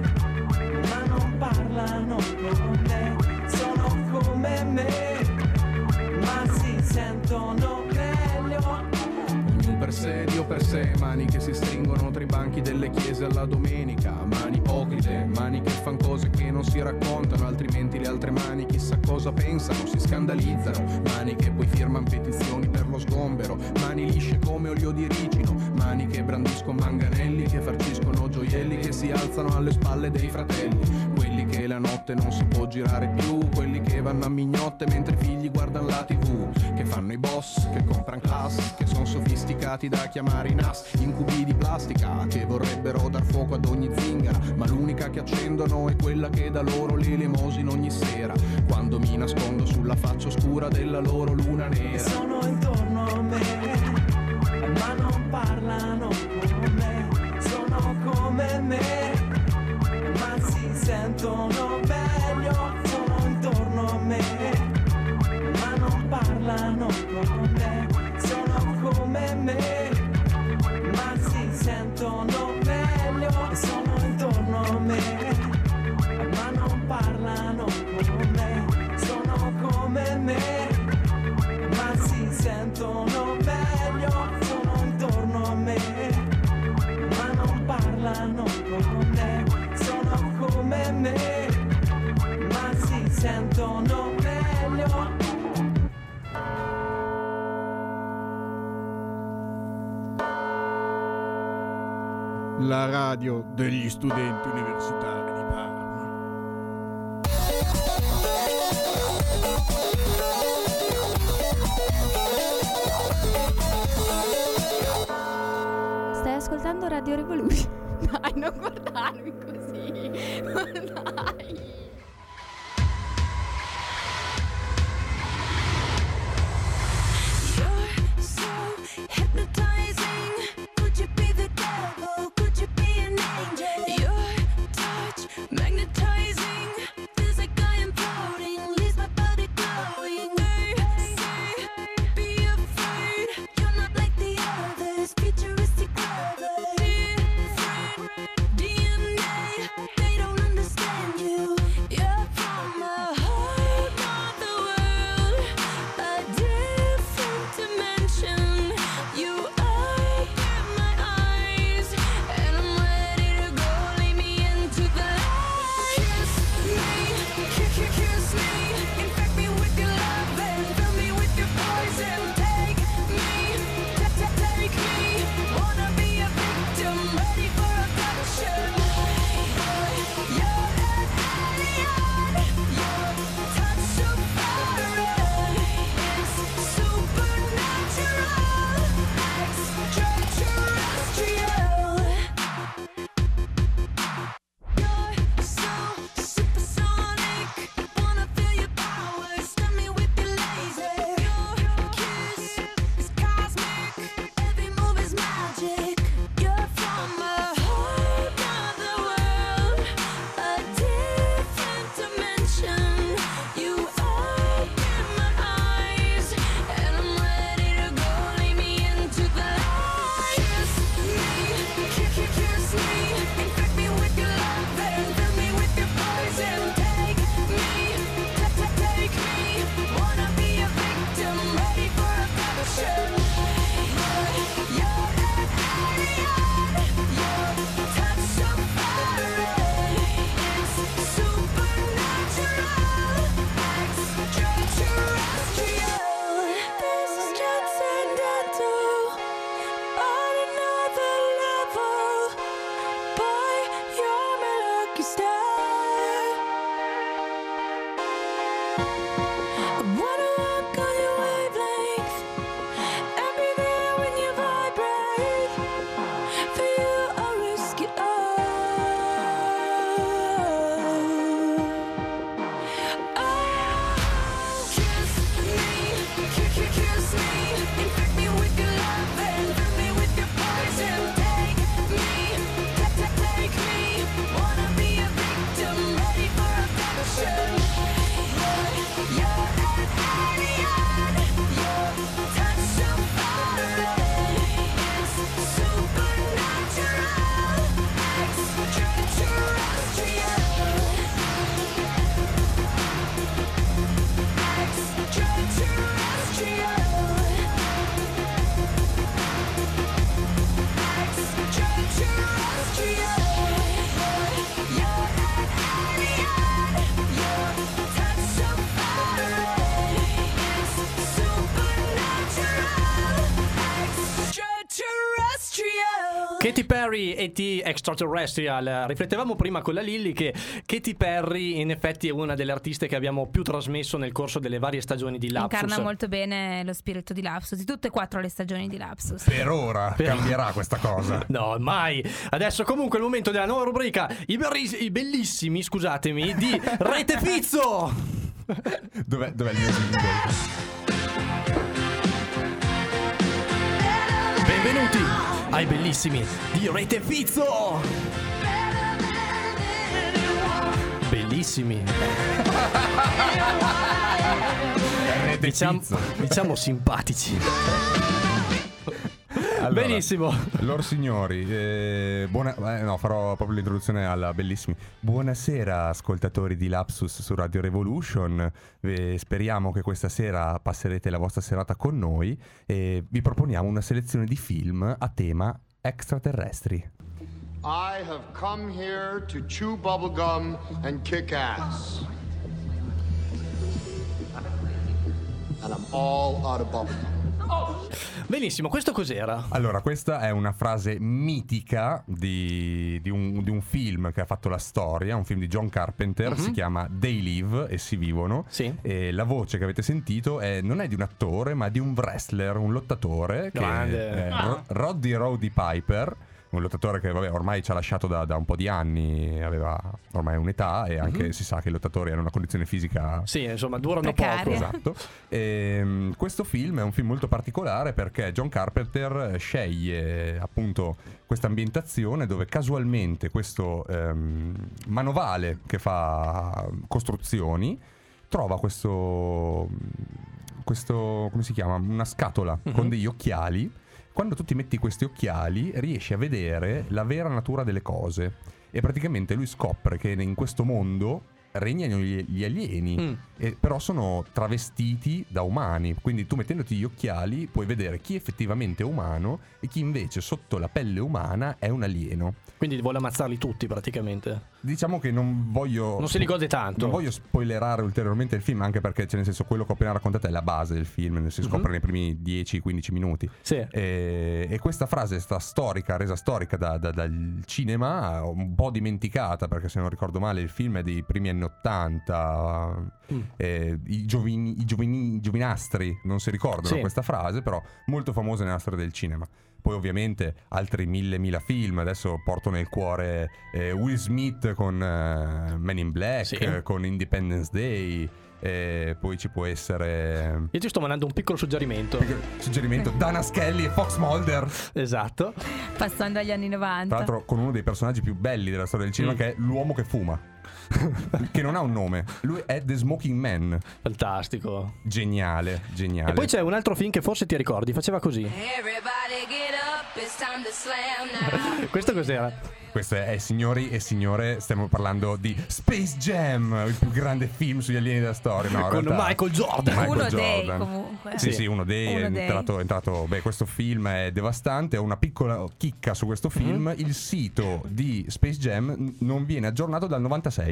ma non parlano con me. Sono come me, ma si sentono meglio. Ognuno per sé, Dio per sé, mani che si stringono tra i banchi delle chiese alla domenica. Mani ipocrite, mani che fan cose che non si raccontano, altrimenti le altre mani chissà cosa pensano, si scandalizzano. Mani che poi firman petizioni per lo sgombero, mani lisce come olio di ricino, mani che brandiscono manganelli, che farciscono gioielli, che si alzano alle spalle dei fratelli. Quelli che la notte non si può girare più, quelli che vanno a mignotte mentre i figli guardano la TV, che fanno i boss, che compran class, che sono sofisticati da chiamare i NAS, incubi di plastica, che vorrebbero dar fuoco ad ogni zingara, ma l'unica che accendono è quella che dà loro l'elemosina ogni sera, quando mi nascondo sulla faccia oscura della loro luna nera. Sono intorno a me, ma non parlano con me. Sono come me, ma si sentono meglio. Sono intorno a me, ma non parlano con me. Sono come me, ma si sentono meglio. Sono intorno a me, ma non parlano con me. Sono come me, ma si sentono meglio. Sono intorno a me, ma non parlano con me. Sono come me, ma si sentono meglio. La radio degli studenti universitari di Parma. Stai ascoltando Radio Revolution? Dai, non guardarmi così. Dai. you stay. I wanna walk on your wavelength and be there when you vibrate. For you I'll risk it all. Oh, kiss me, kiss me, infect me with your love and fill me with your poison. Take me, take me, wanna be a victim, ready for affection. You're an alien, your touch so far away. It's supernatural, extraterrestrial, extraterrestrial, extraterrestrial. You're an alien, your touch so far away. It's supernatural, extraterrestrial. Katy Perry e The Extraterrestrial. Riflettevamo prima con la Lilly che Katy Perry in effetti è una delle artiste che abbiamo più trasmesso nel corso delle varie stagioni di Lapsus. Incarna molto bene lo spirito di Lapsus, di tutte e 4 le stagioni di Lapsus. Per ora cambierà questa cosa. No, mai. Adesso comunque è il momento della nuova rubrica i bellissimi, scusatemi, di Rete Fizzo. Dov'è il mio jingle? Benvenuti ai bellissimi di Rete Fizzo. Bellissimi. Diciamo simpatici. Allora, benissimo. Lor signori, farò proprio l'introduzione alla bellissimi. Buonasera ascoltatori di Lapsus su Radio Revolution. Speriamo che questa sera passerete la vostra serata con noi e vi proponiamo una selezione di film a tema extraterrestri. I have come here to chew bubblegum and kick ass. And I'm all out of bubblegum. Benissimo, questo cos'era? Allora, questa è una frase mitica di un film che ha fatto la storia, un film di John Carpenter, si chiama They Live, Essi vivono. Sì. E la voce che avete sentito non è di un attore, ma di un wrestler, un lottatore, grande, Roddy Piper. Un lottatore che ormai ci ha lasciato da un po' di anni, aveva ormai un'età e anche si sa che i lottatori hanno una condizione fisica, sì, insomma, durano precaria. poco. Esatto. Questo film è un film molto particolare perché John Carpenter sceglie appunto questa ambientazione dove casualmente questo manovale che fa costruzioni trova questo come si chiama? Una scatola con degli occhiali. Quando tu ti metti questi occhiali riesci a vedere la vera natura delle cose e praticamente lui scopre che in questo mondo regnano gli alieni, però sono travestiti da umani, quindi tu mettendoti gli occhiali puoi vedere chi effettivamente è umano e chi invece sotto la pelle umana è un alieno. Quindi vuole ammazzarli tutti praticamente. Diciamo che non se li gode tanto. Non voglio spoilerare ulteriormente il film, anche perché nel senso quello che ho appena raccontato è la base del film, si scopre nei primi 10-15 minuti. Sì. E questa frase è stata resa storica dal cinema, un po' dimenticata perché se non ricordo male il film è dei primi anni 80. I giovinastri non si ricordano questa frase, però molto famosa nella storia del cinema. Poi ovviamente altri mille film. Adesso porto nel cuore Will Smith con Men in Black, con Independence Day. Poi ci può essere... Io ti sto mandando un piccolo suggerimento. Dana Scully e Fox Mulder. Esatto. Passando agli anni 90. Tra l'altro con uno dei personaggi più belli della storia del cinema, che è l'uomo che fuma. Che non ha un nome. Lui è The Smoking Man. Fantastico. Geniale. E poi c'è un altro film che forse ti ricordi, faceva così. Questo cos'era? Questo è, signori e signore, stiamo parlando di Space Jam, il più grande film sugli alieni della storia. No, con Michael Jordan. Uno dei comunque. Sì, uno dei è entrato. Beh, questo film è devastante. Ho una piccola chicca su questo film. Il sito di Space Jam non viene aggiornato dal 96.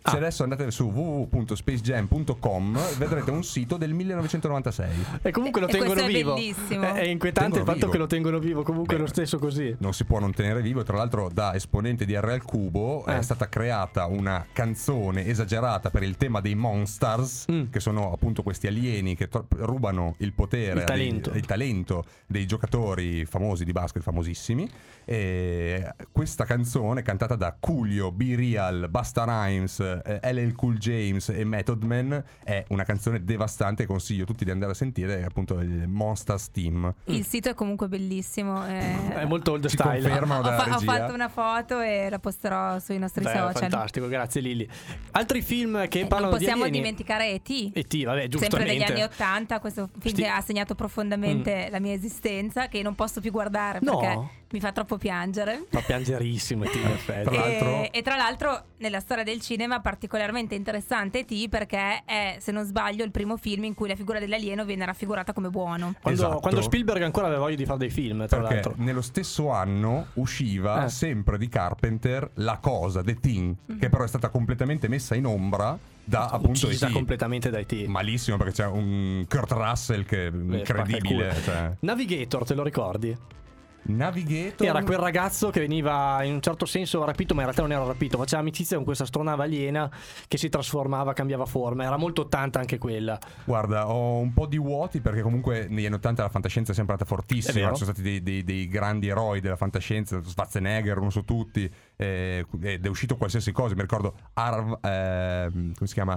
Se adesso andate su www.spacejam.com vedrete un sito del 1996. E comunque lo tengono vivo. È bellissimo. È inquietante il fatto che lo tengono vivo comunque. Lo stesso così. Non si può non tenere vivo. Tra l'altro da esponente di R al Cubo è stata creata una canzone esagerata per il tema dei Monsters, che sono appunto questi alieni che rubano il potere, il talento dei giocatori famosi di basket, famosissimi. E questa canzone cantata da Coolio, B-Real, Busta Rhymes, LL Cool James e Method Man è una canzone devastante. Consiglio a tutti di andare a sentire, è appunto il Monsters Team. Il sito è comunque bellissimo, è molto old style. Ho fatto una foto e la posterò sui nostri social. Fantastico, grazie Lili. Altri film che parlano di alieni. Non possiamo dimenticare E.T. Vabbè, giustamente. Sempre degli anni 80, questo film che ha segnato profondamente la mia esistenza, che non posso più guardare perché mi fa troppo piangere. Fa piangerissimo E.T. in effetti. E tra l'altro nella storia del cinema particolarmente interessante E.T. perché è, se non sbaglio, il primo film in cui la figura dell'alieno viene raffigurata come buono. Quando Spielberg ancora aveva voglia di fare dei film, tra l'altro. Nello stesso anno usciva sempre di Carpenter La Cosa, The Thing, che però è stata completamente messa in ombra da appunto uccisa completamente da E.T. Malissimo, perché c'è un Kurt Russell che è incredibile. Navigator, te lo ricordi? Navigator era quel ragazzo che veniva in un certo senso rapito, ma in realtà non era rapito, faceva amicizia con questa astronave aliena che si trasformava, cambiava forma. Era molto 80 anche quella. Guarda, ho un po' di vuoti perché comunque negli anni 80 la fantascienza è sempre stata fortissima. Ci sono stati dei grandi eroi della fantascienza, Schwarzenegger, uno su tutti, ed è uscito qualsiasi cosa. Mi ricordo come si chiama?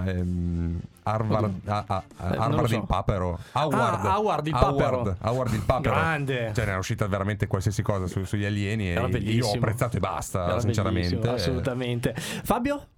Harvard il Papero. Howard il Papero. Howard il Papero. Grande. Cioè, ne era uscita veramente qualsiasi cosa sugli alieni e io ho apprezzato e basta, era sinceramente. Assolutamente. Fabio?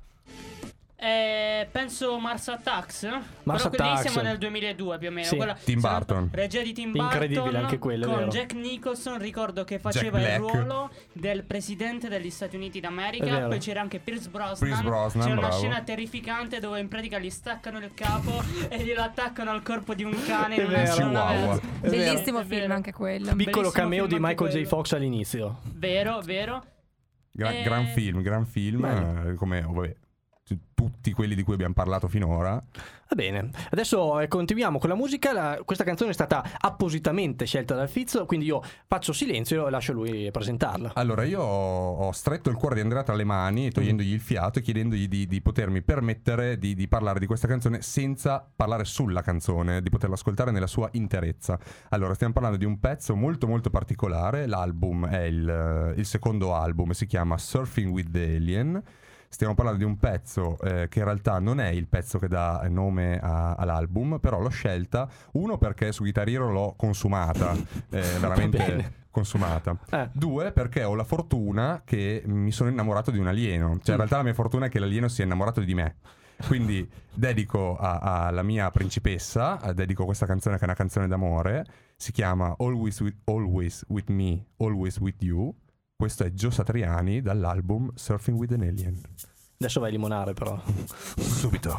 Penso Mars Attacks. Mars Però Attacks. lì siamo nel 2002 più o meno. Sì. Tim Burton. Regia di Tim Burton. Incredibile anche quello, con vero. Jack Nicholson. Ricordo che faceva il ruolo del presidente degli Stati Uniti d'America. Poi c'era anche Pierce Brosnan. C'era una scena terrificante dove in pratica gli staccano il capo e glielo attaccano al corpo di un cane in una Chihuahua. Bellissimo film anche quello. Piccolo cameo di Michael J. Fox all'inizio. Vero. Gran film. Come vabbè, tutti quelli di cui abbiamo parlato finora. Va bene, adesso continuiamo con la musica. Questa canzone è stata appositamente scelta dal Fizzo, quindi io faccio silenzio e lascio lui presentarla. Allora, io ho stretto il cuore di Andrea tra le mani, togliendogli il fiato e chiedendogli di potermi permettere di parlare di questa canzone senza parlare sulla canzone, di poterla ascoltare nella sua interezza. Allora, stiamo parlando di un pezzo molto molto particolare. L'album è il secondo album, si chiama Surfing with the Alien. Stiamo parlando di un pezzo che in realtà non è il pezzo che dà nome all'album, però l'ho scelta, uno perché su Guitar Hero l'ho consumata, veramente consumata. 2 perché ho la fortuna che mi sono innamorato di un alieno, cioè in realtà la mia fortuna è che l'alieno si è innamorato di me. Quindi dedico alla mia principessa, dedico questa canzone che è una canzone d'amore, si chiama Always with Me, Always with You. Questo è Gio Satriani dall'album Surfing with an Alien. Adesso vai a limonare però. Subito.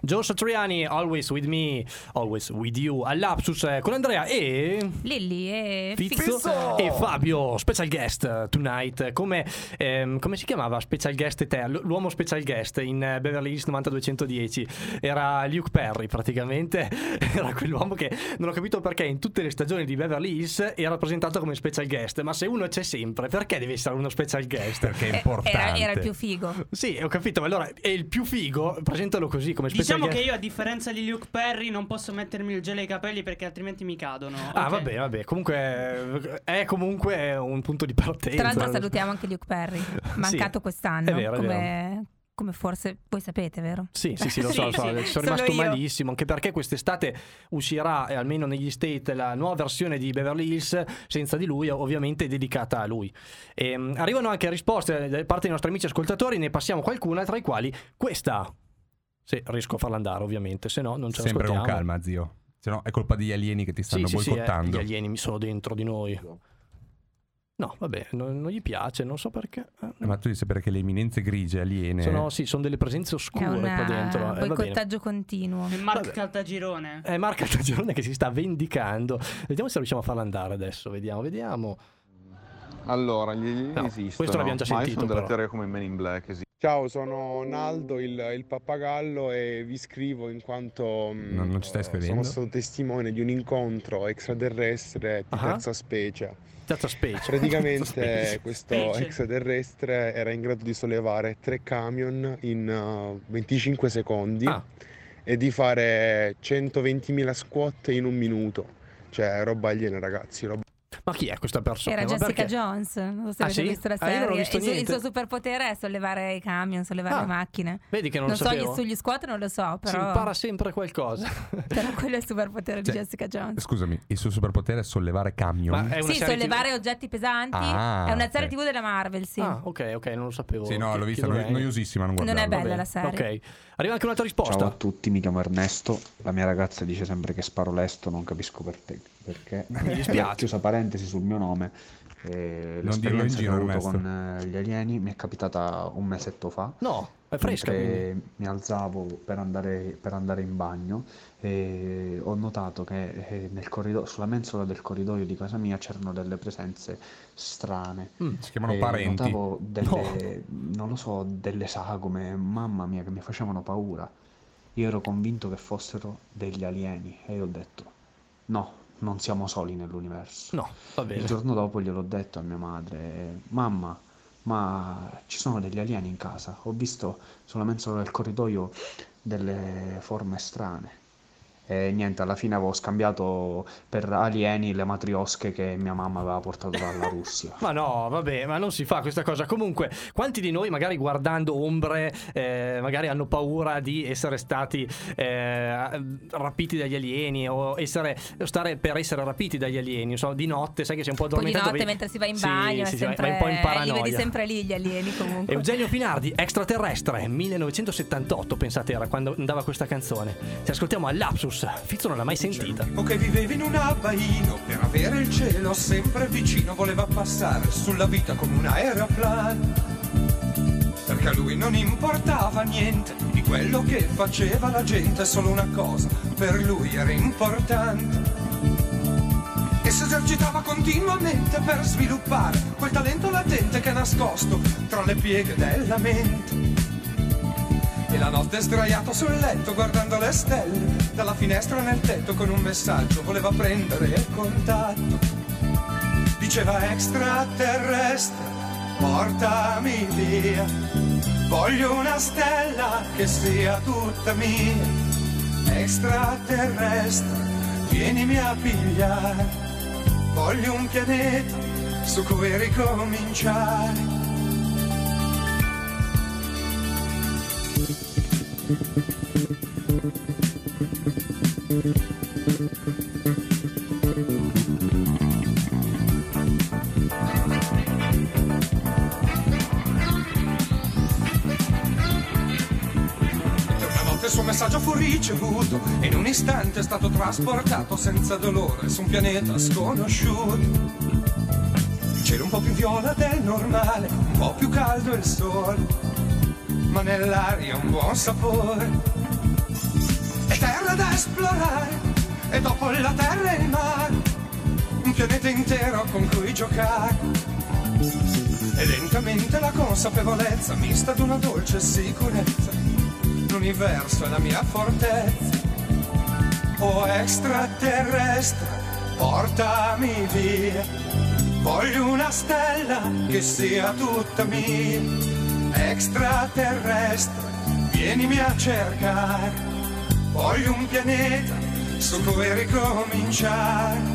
Joe Satriani, Always With Me, Always With You, all'Apsus con Andrea e Lilli e Fizzo e Fabio, special guest tonight. Come si chiamava special guest l'uomo special guest in Beverly Hills 90210? Era Luke Perry praticamente. Era quell'uomo che non ho capito perché in tutte le stagioni di Beverly Hills era presentato come special guest, ma se uno c'è sempre, perché deve essere uno special guest? Perché è importante. Era il più figo. Sì, ho capito, ma allora è il più figo, presentalo così come special Diciamo guest. che io, a differenza di Luke Perry, non posso mettermi il gel ai capelli perché altrimenti mi cadono. Ah, Okay. vabbè, comunque è comunque un punto di partenza. Tra l'altro salutiamo anche Luke Perry, mancato quest'anno, è vero. come forse voi sapete, vero? Sì, lo so. Ci sono rimasto malissimo, anche perché quest'estate uscirà, almeno negli States, la nuova versione di Beverly Hills senza di lui, ovviamente dedicata a lui. Arrivano anche risposte da parte dei nostri amici ascoltatori, ne passiamo qualcuna, tra i quali questa. Sì, riesco a farla andare, ovviamente, se no non ce Sempre l'ascoltiamo. con calma, zio. Se no è colpa degli alieni che ti stanno boicottando. Gli alieni mi sono dentro di noi. No, vabbè, non gli piace, non so perché. Ma tu devi sapere che le eminenze grigie aliene Sono delle presenze oscure qua dentro. Boicottaggio continuo. È Mark Caltagirone. È Mark Caltagirone che si sta vendicando. Vediamo se riusciamo a farla andare adesso. Vediamo. Allora, gli alieni esistono. Questo l'abbiamo già sentito. Ma io sono della però. teoria come Men in Black. Ciao, sono Naldo, il pappagallo, e vi scrivo in quanto non ci stai scrivendo? sono stato testimone di un incontro extraterrestre di terza specie. Praticamente questo extraterrestre era in grado di sollevare 3 camion in 25 secondi e di fare 120.000 squat in un minuto. Cioè, roba aliena, ragazzi. Ma chi è questa persona? Era Jessica Jones, non so se avete visto la serie. Io non ho visto il suo superpotere è sollevare i camion, sollevare le macchine. Vedi che non lo sapevo. Sugli squat non lo so, però si impara sempre qualcosa. Però quello è il superpotere di Jessica Jones. Scusami, il suo superpotere è sollevare camion? Sì, sollevare oggetti pesanti. È una serie TV della Marvel, sì. Ah, ok, non lo sapevo. Sì, no, l'ho vista, noiosissima, non guardarla. Non è bella la serie. Ok, arriva anche un'altra risposta. Ciao a tutti, mi chiamo Ernesto. La mia ragazza dice sempre che sparo lesto, non capisco perché. Mi dispiace. Chiusa parentesi sul mio nome. L'esperienza che ho avuto con gli alieni mi è capitata un mesetto fa. No, è fresca. Mi alzavo per andare in bagno e ho notato che nel corridoio, sulla mensola del corridoio di casa mia c'erano delle presenze strane. Si chiamano parenti. Notavo non lo so, delle sagome, mamma mia, che mi facevano paura. Io ero convinto che fossero degli alieni e ho detto no, non siamo soli nell'universo. No, va bene. Il giorno dopo gliel'ho detto a mia madre: mamma, ma ci sono degli alieni in casa, ho visto sulla mensola del corridoio delle forme strane. E niente, alla fine avevo scambiato per alieni le matriosche che mia mamma aveva portato dalla Russia. Ma no, vabbè, ma non si fa questa cosa. Comunque, quanti di noi magari guardando ombre magari hanno paura di essere stati rapiti dagli alieni o stare per essere rapiti dagli alieni, insomma, di notte, sai che sei un po' addormentato. Poi di notte mentre si va in bagno, vai un po' in paranoia. Li vedi sempre lì gli alieni comunque. Eugenio Finardi, Extraterrestre, 1978, pensate, era quando andava questa canzone. Ci ascoltiamo a Lapsus. Fizzo non l'ha mai sentita. O che vivevi in un abbaino per avere il cielo sempre vicino, voleva passare sulla vita come un aeroplano, perché a lui non importava niente di quello che faceva la gente, solo una cosa per lui era importante, e si esercitava continuamente per sviluppare quel talento latente che è nascosto tra le pieghe della mente. E la notte sdraiato sul letto guardando le stelle dalla finestra nel tetto con un messaggio voleva prendere il contatto. Diceva: extraterrestre, portami via, voglio una stella che sia tutta mia. Extraterrestre, vienimi a pigliare, voglio un pianeta su cui ricominciare. Il suo messaggio fu ricevuto e in un istante è stato trasportato senza dolore su un pianeta sconosciuto. Il cielo un po' più viola del normale, un po' più caldo il sole, ma nell'aria un buon sapore. e terra da esplorare, e dopo la terra e il mare, un pianeta intero con cui giocare. E lentamente la consapevolezza mista ad una dolce sicurezza, l'universo è la mia fortezza. Oh extraterrestre, portami via, voglio una stella che sia tutta mia. Extraterrestre, vienimi a cercare, voglio un pianeta su cui ricominciare.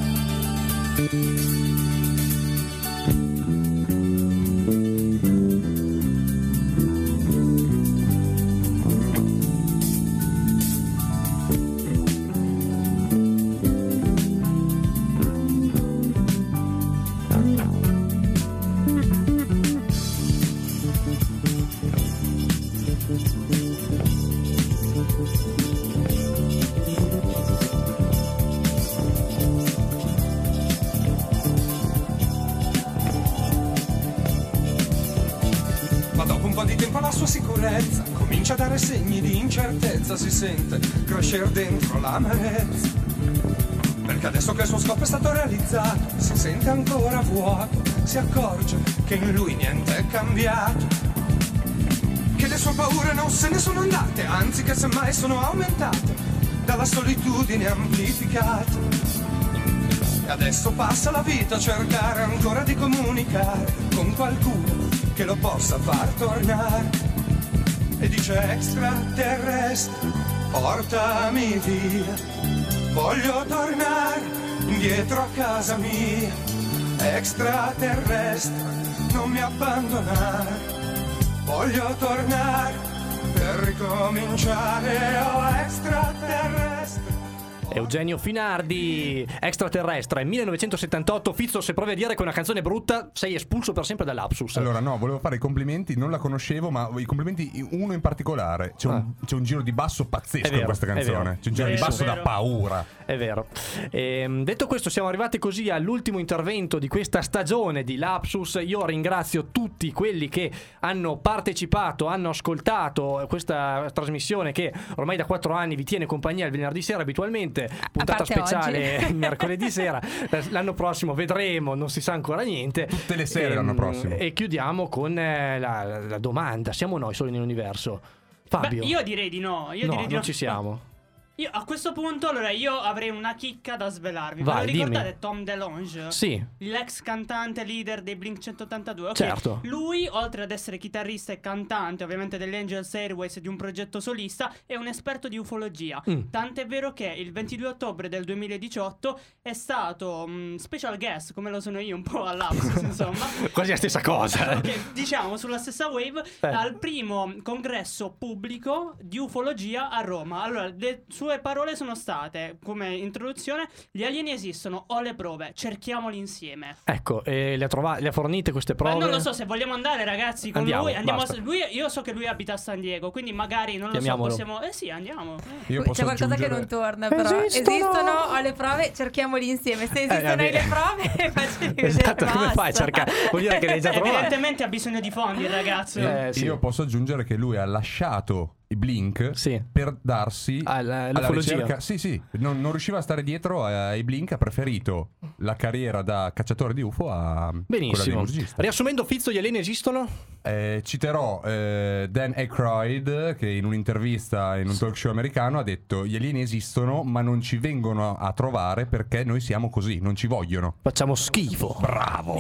Comincia a dare segni di incertezza, si sente crescere dentro l'amarezza, perché adesso che il suo scopo è stato realizzato si sente ancora vuoto, si accorge che in lui niente è cambiato, che le sue paure non se ne sono andate, anzi che semmai sono aumentate dalla solitudine amplificata, e adesso passa la vita a cercare ancora di comunicare con qualcuno che lo possa far tornare. E dice extraterrestre, portami via, voglio tornare indietro a casa mia. Extraterrestre, non mi abbandonare, voglio tornare per ricominciare. Oh extraterrestre. Eugenio Finardi, Extraterrestre, 1978. Fizzo, se provi a dire che una canzone è brutta, sei espulso per sempre dall'Apsus. Allora no, volevo fare i complimenti, non la conoscevo, ma i complimenti, uno in particolare. C'è un giro di basso pazzesco in questa canzone. C'è un giro di basso da paura. È vero. Detto questo, siamo arrivati così all'ultimo intervento di questa stagione di Lapsus. Io ringrazio tutti quelli che hanno partecipato, hanno ascoltato questa trasmissione che ormai da 4 anni vi tiene compagnia il venerdì sera abitualmente. Puntata speciale il mercoledì sera. L'anno prossimo vedremo, non si sa ancora niente. Tutte le sere l'anno prossimo. E chiudiamo con la domanda: siamo noi soli nell'universo? Fabio? Beh, io direi di no. Non ci siamo. Io a questo punto, allora, io avrei una chicca da svelarvi. Vai, ve lo ricordate dimmi. Tom DeLonge? Sì. L'ex cantante leader dei Blink 182. Okay. Certo. Lui, oltre ad essere chitarrista e cantante, ovviamente degli Angels Airways e di un progetto solista, è un esperto di ufologia. Tant'è vero che il 22 ottobre del 2018 è stato special guest, come lo sono io un po' all'Apsus, insomma. Quasi la stessa cosa. Okay, diciamo sulla stessa wave, al primo congresso pubblico di ufologia a Roma. Allora, le sue parole sono state, come introduzione: gli alieni esistono, ho le prove, cerchiamoli insieme. Ecco, le ha fornite queste prove? Non lo so, se vogliamo andare, ragazzi, con andiamo, lui. Io so che lui abita a San Diego, quindi magari, non lo Chiamiamolo. so, possiamo... sì, andiamo. C'è qualcosa che non torna, però. Esistono, ho le prove, cerchiamoli insieme. Se esistono le prove, facciamo esatto, come fai a cercare? Vuol dire che le hai già trovate. Evidentemente ha bisogno di fondi il ragazzo. Sì. Io posso aggiungere che lui ha lasciato i Blink per darsi alla ricerca. Sì, non riusciva a stare dietro ai Blink, ha preferito la carriera da cacciatore di UFO a benissimo quella di musicista. Riassumendo, Fizzo, gli alieni esistono? Citerò Dan Aykroyd, che in un'intervista in un talk show americano ha detto: gli alieni esistono ma non ci vengono a trovare perché noi siamo così, non ci vogliono, facciamo schifo. Bravo.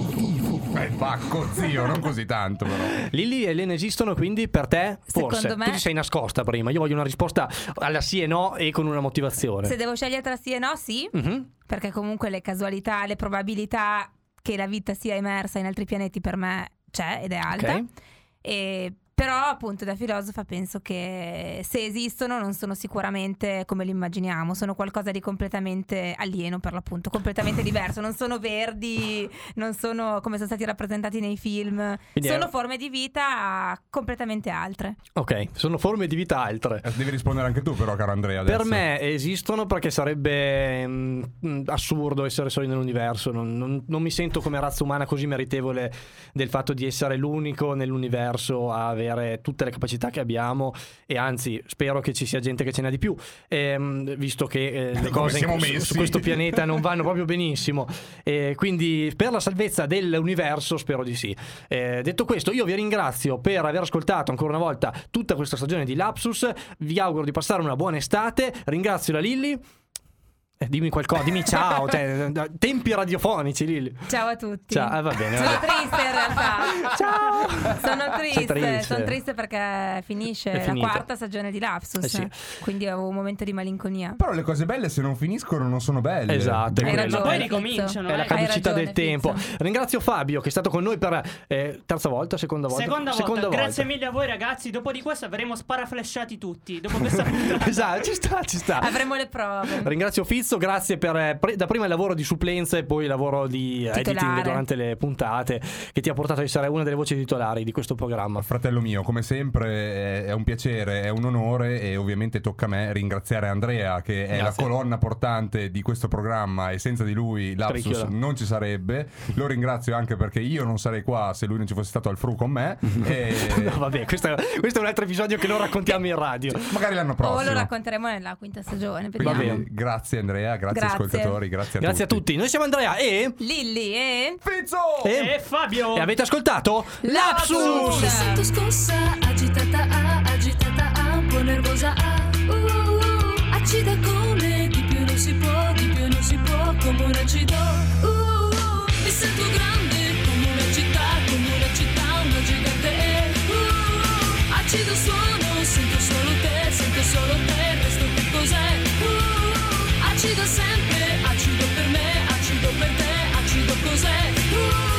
Vacco zio, non così tanto però. Lilli, gli alieni esistono, quindi per te forse secondo me... tu ti sei nascosta prima. Io voglio una risposta alla sì e no e con una motivazione. Se devo scegliere tra sì e no, sì, perché comunque le casualità, le probabilità che la vita sia emersa in altri pianeti per me c'è ed è alta. Però appunto da filosofa penso che se esistono non sono sicuramente come li immaginiamo, sono qualcosa di completamente alieno, per l'appunto, completamente diverso, non sono verdi, non sono come sono stati rappresentati nei film. Quindi sono forme di vita completamente altre. Ok, sono forme di vita altre. Devi rispondere anche tu però, caro Andrea, adesso. Per me esistono perché sarebbe assurdo essere soli nell'universo. Non mi sento come razza umana così meritevole del fatto di essere l'unico nell'universo a avere avere tutte le capacità che abbiamo, e anzi spero che ci sia gente che ce n'ha di più, visto che le cose su questo pianeta non vanno proprio benissimo, quindi per la salvezza dell'universo spero di sì. Detto questo, io vi ringrazio per aver ascoltato ancora una volta tutta questa stagione di Lapsus, vi auguro di passare una buona estate, ringrazio la Lilli. Dimmi qualcosa, dimmi ciao, tempi radiofonici, Lilli. Ciao a tutti. Ciao, va bene. Sono triste in realtà. Ciao. Sono triste perché finisce la quarta stagione di Lapsus. Sì. Quindi avevo un momento di malinconia. Però le cose belle, se non finiscono, non sono belle. Esatto. Poi ricominciano. È la caducità del Fizzo. tempo. Ringrazio Fabio che è stato con noi per terza volta, seconda volta. Grazie mille a voi ragazzi. Dopo di questo avremo sparaflashati tutti. Dopo questa puntata. Esatto, ci sta. Avremo le prove. Ringrazio Fizzo, grazie per da prima il lavoro di supplenza e poi il lavoro di editing durante le puntate, che ti ha portato a essere una delle voci titolari di questo programma. Fratello mio, come sempre è un piacere, è un onore, e ovviamente tocca a me ringraziare Andrea, che è la colonna portante di questo programma, e senza di lui Lapsus non ci sarebbe. Lo ringrazio anche perché io non sarei qua se lui non ci fosse stato al Fru con me. No, vabbè, questo è un altro episodio che non raccontiamo in radio. Magari l'anno prossimo. O lo racconteremo nella quinta stagione. Va bene, grazie Andrea, grazie ascoltatori, grazie a tutti. Noi siamo Andrea e Lilli e Fizzo e Fabio, e avete ascoltato Lapsus. Mi sento scossa, agitata, un po' nervosa, acida come di più non si può, come un acido. Mi sento grande come una città, una gigante. Acido suono, sento solo te, resto che cos'è? Acido sempre, acido per me, acido per te, acido cos'è?